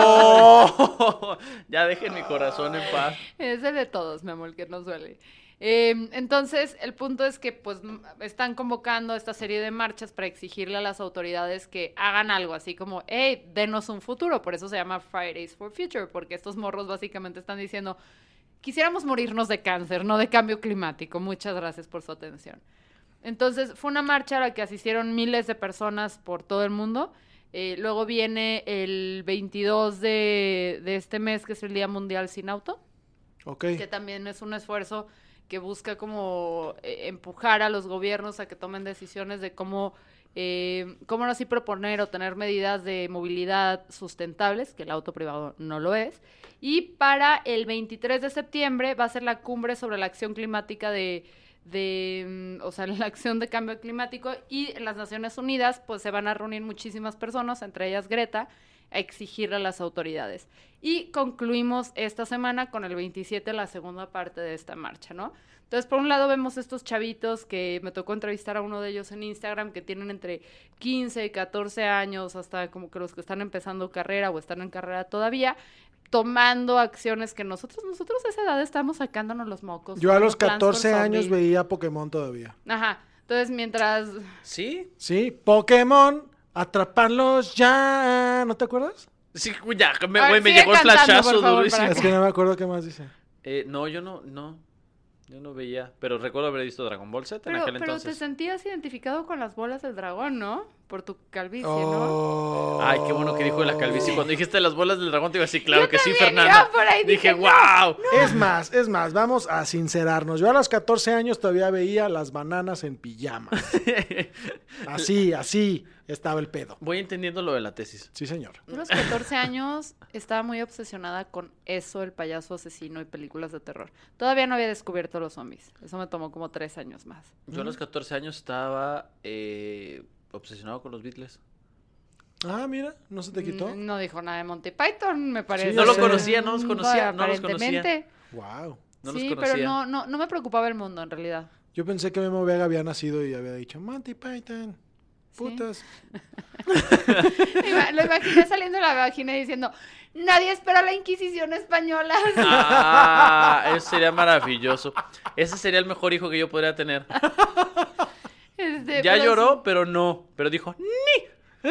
¡Oh! Ya dejen mi corazón en paz. Es el de todos, Memo, el que nos duele. Eh, entonces, el punto es que pues están convocando esta serie de marchas para exigirle a las autoridades que hagan algo, así como, hey, denos un futuro. Por eso se llama Fridays for Future, porque estos morros básicamente están diciendo, quisiéramos morirnos de cáncer, no de cambio climático. Muchas gracias por su atención. Entonces, fue una marcha a la que asistieron miles de personas por todo el mundo. Eh, luego viene el veintidós de, de este mes, que es el Día Mundial Sin Auto. Ok. Que también es un esfuerzo que busca como eh, empujar a los gobiernos a que tomen decisiones de cómo, eh, cómo así proponer o tener medidas de movilidad sustentables, que el auto privado no lo es. Y para el veintitrés de septiembre va a ser la cumbre sobre la acción climática de, de, o sea, la acción de cambio climático, y en las Naciones Unidas pues se van a reunir muchísimas personas, entre ellas Greta, a exigirle a las autoridades. Y concluimos esta semana con el veintisiete, la segunda parte de esta marcha, ¿no? Entonces, por un lado vemos estos chavitos que me tocó entrevistar a uno de ellos en Instagram, que tienen entre quince y catorce años, hasta como que los que están empezando carrera o están en carrera todavía, tomando acciones que nosotros, nosotros a esa edad estamos sacándonos los mocos. Yo a los Plants catorce con años Zombie. veía Pokémon todavía. Ajá, entonces mientras... ¿Sí? Sí, Pokémon, atraparlos ya. ¿No te acuerdas? Sí, ya, me, A ver, güey, me sigue llegó el cantando, flashazo por favor, durísimo. para Es que no me acuerdo qué más dice. Eh, no, yo no, no, yo no veía, pero recuerdo haber visto Dragon Ball Z en Pero, aquel pero entonces. te sentías identificado con las bolas del dragón, ¿no? Por tu calvicie, ¿no? Oh. Ay, qué bueno que dijo de la calvicie. Cuando dijiste las bolas del dragón te iba a decir, claro Yo que sí, también Fernanda. iba por ahí, dije, dije, no, wow. Es más, es más, vamos a sincerarnos. Yo a los catorce años todavía veía las bananas en pijama. Así, así estaba el pedo. Voy entendiendo lo de la tesis. Sí, señor. Yo a los catorce años estaba muy obsesionada con eso, el payaso asesino y películas de terror. Todavía no había descubierto los zombies. Eso me tomó como tres años más. Yo a los catorce años estaba eh, obsesionado con los Beatles. Ah, mira, ¿no se te quitó? Mm, No dijo nada de Monty Python, me parece. Sí, No ya lo sé. conocía, no los conocía, no los Aparentemente. Wow. No los Sí, conocía. pero no, no, no me preocupaba el mundo, en realidad. Yo pensé que Memo Vega había nacido y había dicho, Monty Python, putas. Ima- Lo imaginé saliendo de la vagina y diciendo, nadie espera la Inquisición española. Ah, eso sería maravilloso. Ese sería el mejor hijo que yo podría tener. Este, Ya pero lloró, pero no. Pero dijo, ¡ni!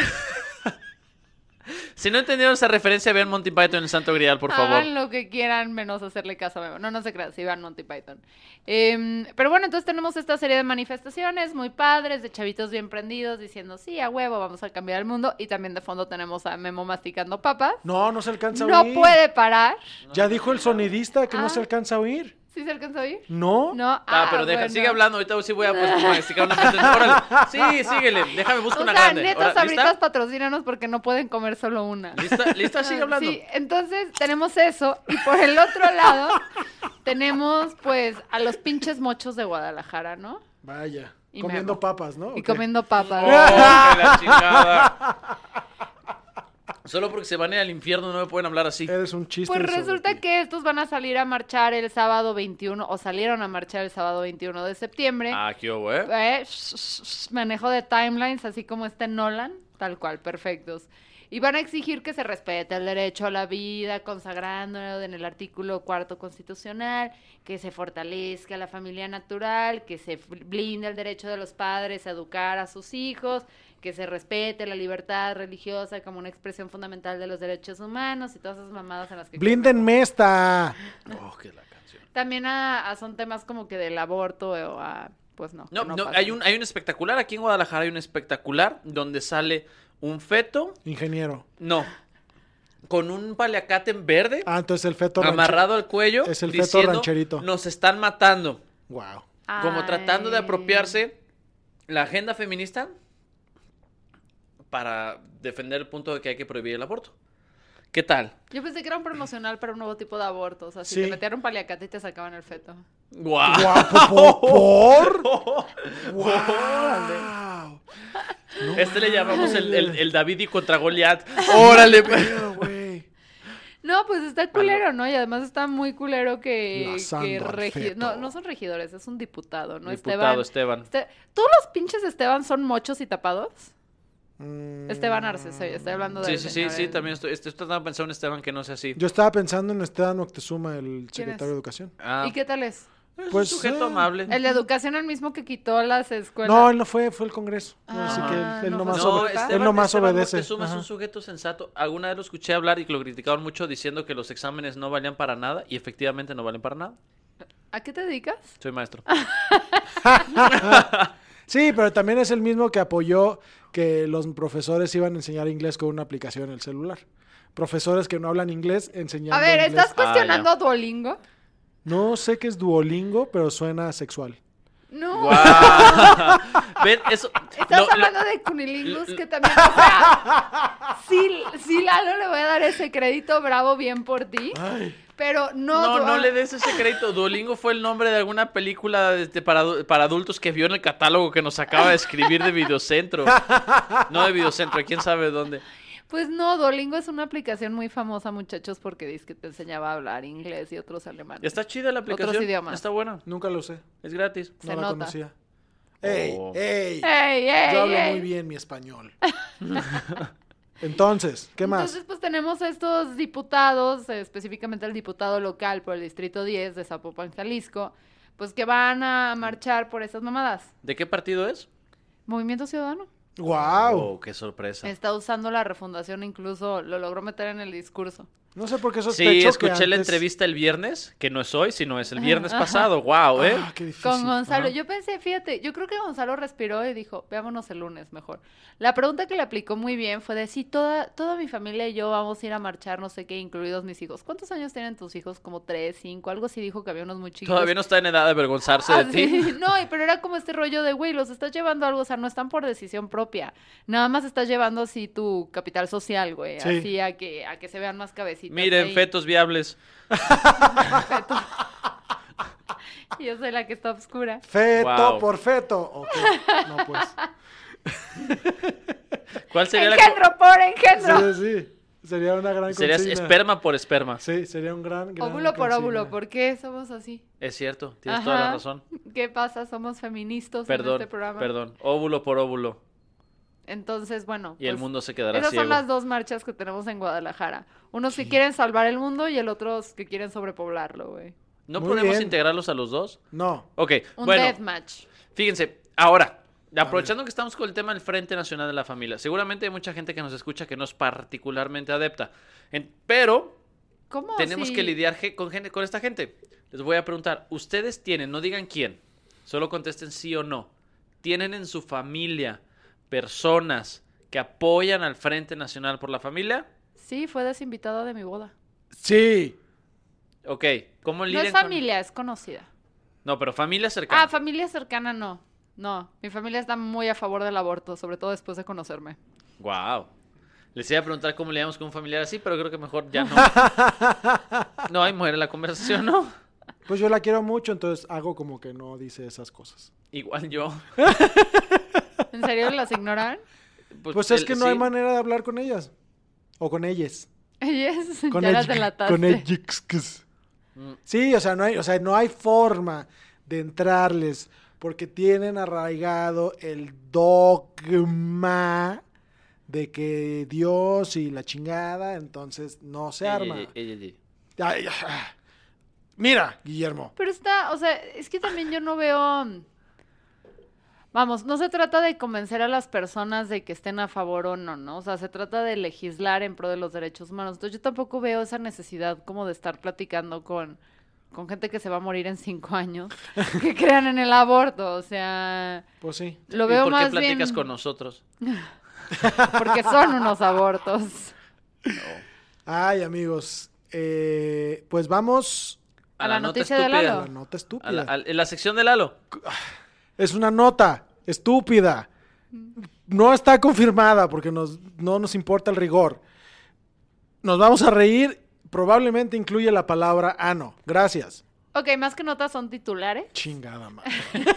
Si no entendieron esa referencia, vean Monty Python en el Santo Grial, por favor. Hagan lo que quieran menos hacerle caso a Memo. No, no se crean, sí vean Monty Python. Eh, pero bueno, entonces tenemos esta serie de manifestaciones muy padres, de chavitos bien prendidos, diciendo, sí, a huevo, vamos a cambiar el mundo. Y también de fondo tenemos a Memo masticando papas. No, no se alcanza a No oír. puede parar. Ya dijo el sonidista que Ah. no se alcanza a oír. ¿Sí se alcanza a oír? ¿No? No. Ah, pero deja, bueno. sigue hablando. Ahorita sí voy a pues, masticar una parte. Órale. Sí, síguele. Déjame buscar O una sea, grande. netas Ahora, ahorita ¿lista? patrocínanos porque no pueden comer solo una. ¿Lista? ¿Lista? Sigue hablando. Sí, entonces tenemos eso. Y por el otro lado, tenemos pues a los pinches mochos de Guadalajara, ¿no? Vaya. Y Comiendo Memo. papas, ¿no? Y ¿O qué? comiendo papas. ¡Oh, que la chingada! Solo porque se van a ir al infierno no me pueden hablar así. Eres un chiste. Pues sobre resulta ti. que estos van a salir a marchar el sábado veintiuno, o salieron a marchar el sábado veintiuno de septiembre. Ah, qué hubo, ¿eh? Eh, sh- sh- sh- manejo de timelines, así como este Nolan, tal cual, perfectos. Y van a exigir que se respete el derecho a la vida, consagrándolo en el artículo cuarto constitucional, que se fortalezca la familia natural, que se blinde el derecho de los padres a educar a sus hijos, que se respete la libertad religiosa como una expresión fundamental de los derechos humanos y todas esas mamadas en las que... Blíndenme esta. Oh, que la canción. También a, a son temas como que del aborto o a... Pues no. No, que no no, pasen. hay un, hay un espectacular, aquí en Guadalajara hay un espectacular donde sale un feto, Ingeniero. no, con un paliacate en verde, Ah, entonces el feto ranche- amarrado al cuello, es el feto diciendo, rancherito. nos están matando, Wow. como tratando de Ay. apropiarse la agenda feminista para defender el punto de que hay que prohibir el aborto. ¿Qué tal? Yo pensé que era un promocional para un nuevo tipo de aborto. O sea, si Sí. te metían un paliacate y te sacaban el feto. ¡Guau! Guapo, ¿por? ¡Wow! Este le llamamos el, el, el David y contra Goliat. ¡Órale! Pero, güey. No, pues está culero, ¿no? Y además está muy culero que, Lazando que al regi- feto. no, no son regidores, es un diputado, ¿no? Diputado Esteban. Este- ¿Todos los pinches Esteban son mochos y tapados? Mm, Esteban Arce, soy- estoy hablando de Sí, él, sí, sí, señores. sí, también estoy, estoy tratando de pensar en Esteban que no sea así. Yo estaba pensando en Esteban Moctezuma, el secretario es? de Educación. Ah, ¿Y qué tal es? es Pues, un sujeto eh, amable. El de educación, el mismo que quitó las escuelas. No, él no fue, fue el Congreso. Ah, Así que él, él no nomás, fue obe- su él papá. Esteban, nomás Esteban obedece. Moctezuma es Ajá. un sujeto sensato. Alguna vez lo escuché hablar y que lo criticaban mucho diciendo que los exámenes no valían para nada y efectivamente no valen para nada. ¿A qué te dedicas? Soy maestro. Sí, pero también es el mismo que apoyó que los profesores iban a enseñar inglés con una aplicación en el celular. Profesores que no hablan inglés enseñando A ver, inglés. ¿estás Ah, cuestionando ya. a Duolingo? No sé qué es Duolingo, pero suena sexual. No. ¡Guau! ¿Ven? Eso. Estás lo- lo- hablando de cunilingus lo- que también, o sea, sí, sí, Lalo, le voy a dar ese crédito, bravo, bien por ti, Ay, pero no... No, du- no le des ese crédito. Duolingo fue el nombre de alguna película este, para, adu- para adultos que vio en el catálogo que nos acaba de escribir de Videocentro. No de Videocentro, quién sabe dónde. Pues no, Duolingo es una aplicación muy famosa, muchachos, porque dice que te enseñaba a hablar inglés y otros alemanes. Está chida la aplicación. Otros idiomas. Está buena. nunca lo usé. Es gratis. No Se la nota. conocía. ¡Ey! Oh. ¡Ey! ¡Ey, ey, Yo hablo ey! muy bien mi español. Entonces, ¿qué más? Entonces, pues tenemos estos diputados, eh, específicamente el diputado local por el Distrito diez de Zapopan, Jalisco, pues que van a marchar por esas mamadas. ¿De qué partido es? Movimiento Ciudadano. ¡Wow! Oh, qué sorpresa. Está usando la refundación, incluso lo logró meter en el discurso. No sé por qué Sí, sospecho escuché que la antes- entrevista el viernes, que no es hoy, sino es el viernes pasado. Wow, ¿eh? Ah, qué difícil. Con Gonzalo, Ajá. yo pensé, fíjate, yo creo que Gonzalo respiró y dijo, veámonos el lunes mejor. La pregunta que le aplicó muy bien fue de si toda, toda mi familia y yo vamos a ir a marchar, no sé qué, incluidos mis hijos. ¿Cuántos años tienen tus hijos? Como tres, cinco, algo así dijo que había unos muy chicos. Todavía no está en edad de avergonzarse Ah, de ti. sí. No, y- pero era como este rollo de, güey, los estás llevando a algo, o sea, no están por decisión propia. Nada más estás llevando así tu capital social, güey, Sí. así a que, a que se vean más cabecitas. Miren, ahí. fetos viables. Yo soy la que está oscura. Feto Wow. por feto. Ok, no pues. ¿Cuál sería la Engendro por engendro. Sí, sí. Sería una gran Sería consigna. esperma por esperma. Sí, sería un gran, gran Óvulo por consigna. óvulo, ¿por qué somos así? Es cierto, tienes toda la Ajá. razón. ¿Qué pasa? Somos feministas en Perdón, este programa. perdón. Óvulo por óvulo. Entonces, bueno. Y el pues, mundo se quedará esas ciego. son las dos marchas que tenemos en Guadalajara. Unos que quieren salvar el mundo y el otros que quieren sobrepoblarlo, güey. ¿No Muy podemos bien. integrarlos a los dos? No. Ok, Un bueno, deathmatch. fíjense, ahora, aprovechando que estamos con el tema del Frente Nacional de la Familia, seguramente hay mucha gente que nos escucha que no es particularmente adepta, En- pero ¿Cómo? tenemos si- que lidiar ge- con, gente, con esta gente. Les voy a preguntar, ¿ustedes tienen, no digan quién, solo contesten sí o no, tienen en su familia personas que apoyan al Frente Nacional por la Familia? Sí, fue desinvitada de mi boda. Sí. Ok, ¿cómo No lidian es con- familia, es conocida. No, pero familia cercana. Ah, familia cercana no. No, mi familia está muy a favor del aborto, sobre todo después de conocerme. Wow. Les iba a preguntar cómo lidiamos con un familiar así, pero creo que mejor ya no. No, ahí muere la conversación, ¿no? Pues yo la quiero mucho, entonces hago como que no dice esas cosas. Igual yo. ¿En serio las ignoran? Pues, es el- que no sí. hay manera de hablar con ellas. O con ellas. Ellas, Con ya las ellas- delataste. Con ellas. Mm. Sí, o sea, no hay, o sea, no hay forma de entrarles porque tienen arraigado el dogma de que Dios y la chingada, entonces no se Ey, arma. ey, ey, ey, ey. Ay, ay, ay. Mira, Guillermo. Pero está, o sea, es que también yo no veo... Vamos, no se trata de convencer a las personas de que estén a favor o no, ¿no? O sea, se trata de legislar en pro de los derechos humanos. Entonces yo tampoco veo esa necesidad como de estar platicando con, con gente que se va a morir en cinco años, que crean en el aborto, o sea... Pues sí. Lo ¿Y veo por más qué platicas bien con nosotros? porque son unos abortos. Ay, amigos, eh, pues vamos A la nota noticia de a Lalo. la nota A estúpida. la, a- en la sección de Lalo. Es una nota estúpida. No está confirmada porque nos, no nos importa el rigor. Nos vamos a reír. Probablemente incluye la palabra ano. Gracias. Ok, más que notas son titulares, Chingada madre.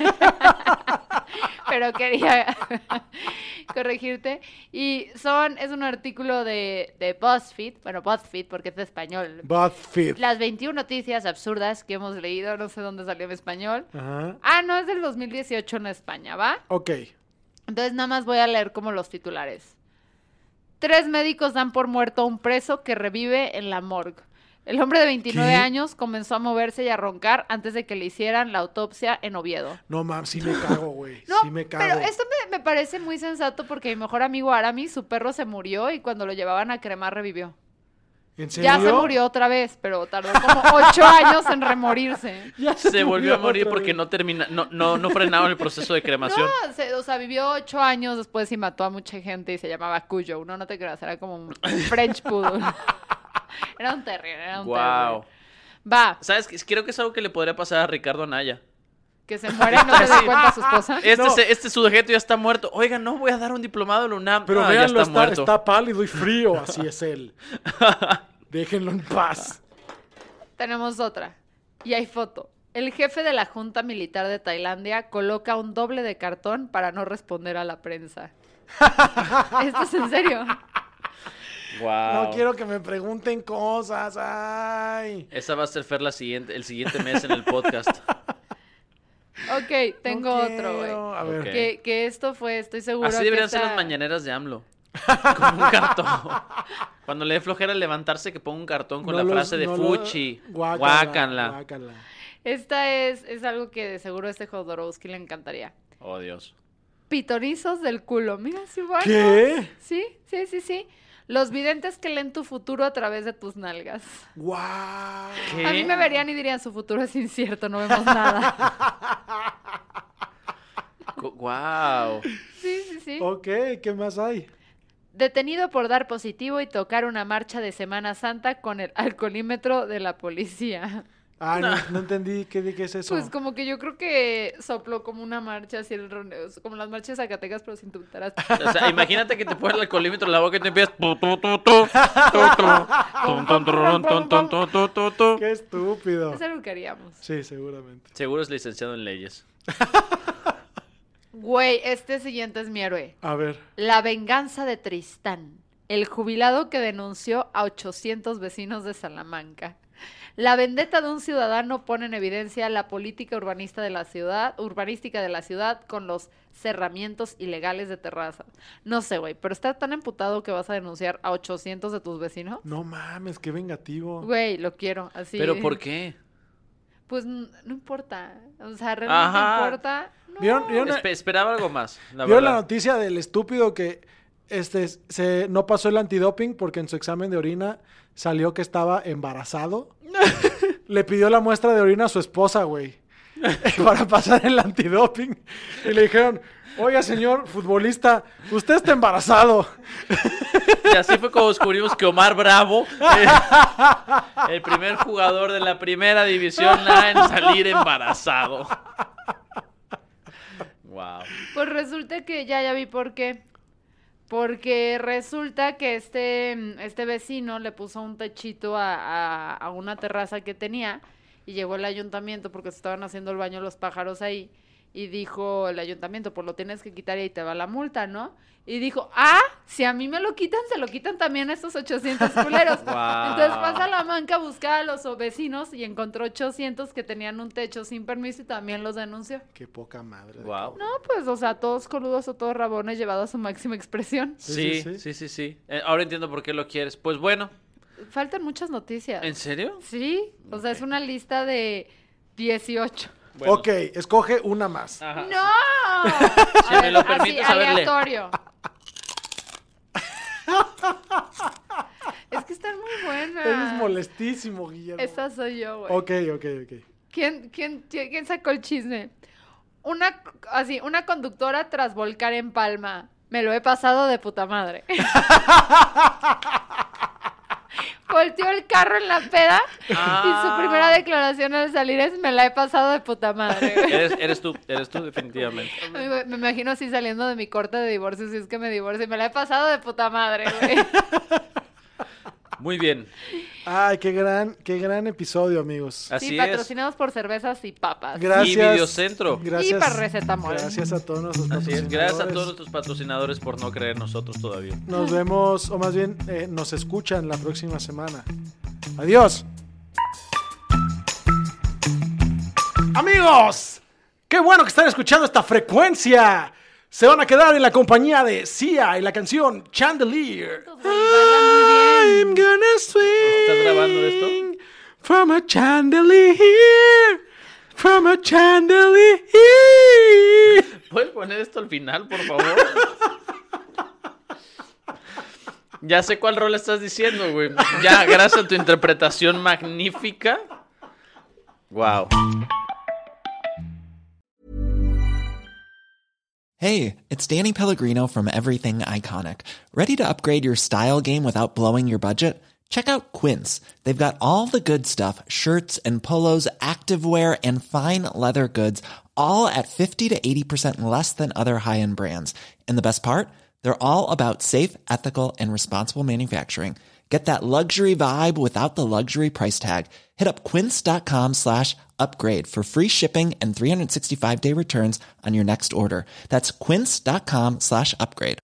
pero quería corregirte. Y son, es un artículo de, de BuzzFeed, bueno, BuzzFeed porque es de español. BuzzFeed. Las veintiuna noticias absurdas que hemos leído, no sé dónde salió en español. Ajá. Ah, no, es del dos mil dieciocho en España, ¿va? Ok. Entonces nada más voy a leer como los titulares. Tres médicos dan por muerto a un preso que revive en la morgue. El hombre de veintinueve ¿Qué? años comenzó a moverse y a roncar antes de que le hicieran la autopsia en Oviedo. No mames, sí me cago, güey. No, sí me cago. pero esto me, me parece muy sensato porque mi mejor amigo Arami, su perro se murió y cuando lo llevaban a cremar revivió. ¿En serio? Ya se murió otra vez, pero tardó como ocho años en remorirse. Ya Se volvió a morir otra porque vez. no termina, no, no, no frenaron el proceso de cremación. No, se- o sea, vivió ocho años después y mató a mucha gente y se llamaba Cuyo. No, no te creas, era como un French Poodle. Era un terrier, era un Wow. terrier. Va, ¿Sabes qué? Creo que es algo que le podría pasar a Ricardo Anaya. que se muere y no se da cuenta a su esposa. Este, No. se- este sujeto ya está muerto. Oiga, no voy a dar un diplomado en la UNAM. Pero Ah, ya véanlo, está, está, muerto. está pálido y frío. Así es él. Déjenlo en paz. Tenemos otra. Y hay foto. El jefe de la Junta Militar de Tailandia coloca un doble de cartón para no responder a la prensa. ¿Esto es en serio? Wow. No quiero que me pregunten cosas. Ay. Esa va a ser Fer la siguiente, el siguiente mes en el podcast. Ok, tengo No otro, güey. quiero. A ver. Ok. Que, que esto fue, estoy seguro Así que deberían ser esta- las mañaneras de AMLO. Con un cartón. Cuando le dé flojera levantarse, que ponga un cartón con No la los- frase de no lo- Fuchi. Guácala, Guácanla. guácala. Esta es, es algo que de seguro a este Jodorowsky le encantaría. Oh, Dios. Pitonizos del culo. Mira, sí, bueno. ¿Qué? Sí, sí, sí, sí. Los videntes que leen tu futuro a través de tus nalgas. Guau. ¿Qué? A mí me verían y dirían, su futuro es incierto, no vemos nada. Wow. Sí, sí, sí. Ok, ¿qué más hay? Detenido por dar positivo y tocar una marcha de Semana Santa con el alcoholímetro de la policía. Ah, no, no entendí qué, qué es eso. Pues como que yo creo que sopló como una marcha así el roneo, como las marchas de Zacatecas, pero sin tu O sea, imagínate que te pones el alcoholímetro en la boca y te empiezas. tu, tu, tu, tu, tu, tu, tum, tum, turun, tum, tum, tu, tu, tu, tu. Qué estúpido. Es algo que haríamos. Sí, seguramente. Seguro es licenciado en leyes. Güey, este siguiente es mi héroe. A ver. La venganza de Tristán, el jubilado que denunció a ochocientos vecinos de Salamanca. La vendetta de un ciudadano pone en evidencia la política urbanista de la ciudad, urbanística de la ciudad con los cerramientos ilegales de terrazas. No sé, güey, pero está tan emputado que vas a denunciar a ochocientos de tus vecinos. No mames, qué vengativo. Güey, lo quiero, así. ¿Pero por qué? Pues n- no importa. O sea, realmente Ajá. importa. No. ¿Vieron, vieron, Espe- esperaba algo más, la ¿vieron la verdad. noticia del estúpido que este se no pasó el antidoping porque en su examen de orina salió que estaba embarazado? Le pidió la muestra de orina a su esposa, güey, para pasar el antidoping. Y le dijeron, oiga, señor futbolista, usted está embarazado. Y así fue como descubrimos que Omar Bravo, eh, el primer jugador de la primera división A en salir embarazado. Wow. Pues resulta que ya, ya vi por qué. Porque resulta que este, este vecino le puso un techito a, a, a una terraza que tenía y llegó el ayuntamiento porque se estaban haciendo el baño los pájaros ahí y dijo el ayuntamiento, pues lo tienes que quitar y ahí te va la multa, ¿no? Y dijo, ah, si a mí me lo quitan, se lo quitan también a estos ochocientos culeros. Wow. Entonces pasa a la manca a buscar a los vecinos y encontró ochocientos que tenían un techo sin permiso y también los denunció. Qué poca madre. de Wow. cabrón. No, pues, o sea, todos coludos o todos rabones llevado a su máxima expresión. Sí, Sí, sí, sí. sí, sí, sí. Eh, ahora entiendo por qué lo quieres. Pues bueno, Faltan muchas noticias. ¿en serio? Sí, o sea, es una lista de dieciocho. Bueno. Ok, escoge una más. Ajá. ¡No! Si me lo permites, a ver, lee. aleatorio. Es que están muy buenas. Eres molestísimo, Guillermo. Esta soy yo, güey. Ok, ok, ok. ¿Quién, quién, quién sacó el chisme? Una, así, una conductora tras volcar en Palma. Me lo he pasado de puta madre. Volteó el carro en la peda Ah. y su primera declaración al salir es: me la he pasado de puta madre. güey. Eres, eres tú, eres tú, definitivamente. Me, me imagino así saliendo de mi corte de divorcio, si es que me divorcio, y me la he pasado de puta madre, güey. Muy bien. Ay, qué gran, qué gran episodio, amigos. Así Sí, es. patrocinados por cervezas y papas. Gracias. Y Videocentro. Gracias. Y Parresetamol. Gracias a todos nuestros Así es. patrocinadores. Gracias a todos nuestros patrocinadores por no creer en nosotros todavía. Nos vemos, o más bien, eh, nos escuchan la próxima semana. Adiós. Amigos, qué bueno que están escuchando esta frecuencia. Se van a quedar en la compañía de Sia y la canción Chandelier. I'm gonna swing. ¿Estás grabando esto? From a chandelier. From a chandelier. ¿Puedes poner esto al final, por favor? Ya sé cuál rol estás diciendo, güey. Ya, gracias a tu interpretación magnífica. Wow. Hey, it's Danny Pellegrino from Everything Iconic. Ready to upgrade your style game without blowing your budget? Check out Quince. They've got all the good stuff, shirts and polos, activewear, and fine leather goods, all at fifty to eighty percent less than other high-end brands. And the best part? They're all about safe, ethical, and responsible manufacturing. Get that luxury vibe without the luxury price tag. Hit up quince.com slash upgrade for free shipping and three sixty-five day returns on your next order. That's quince.com slash upgrade.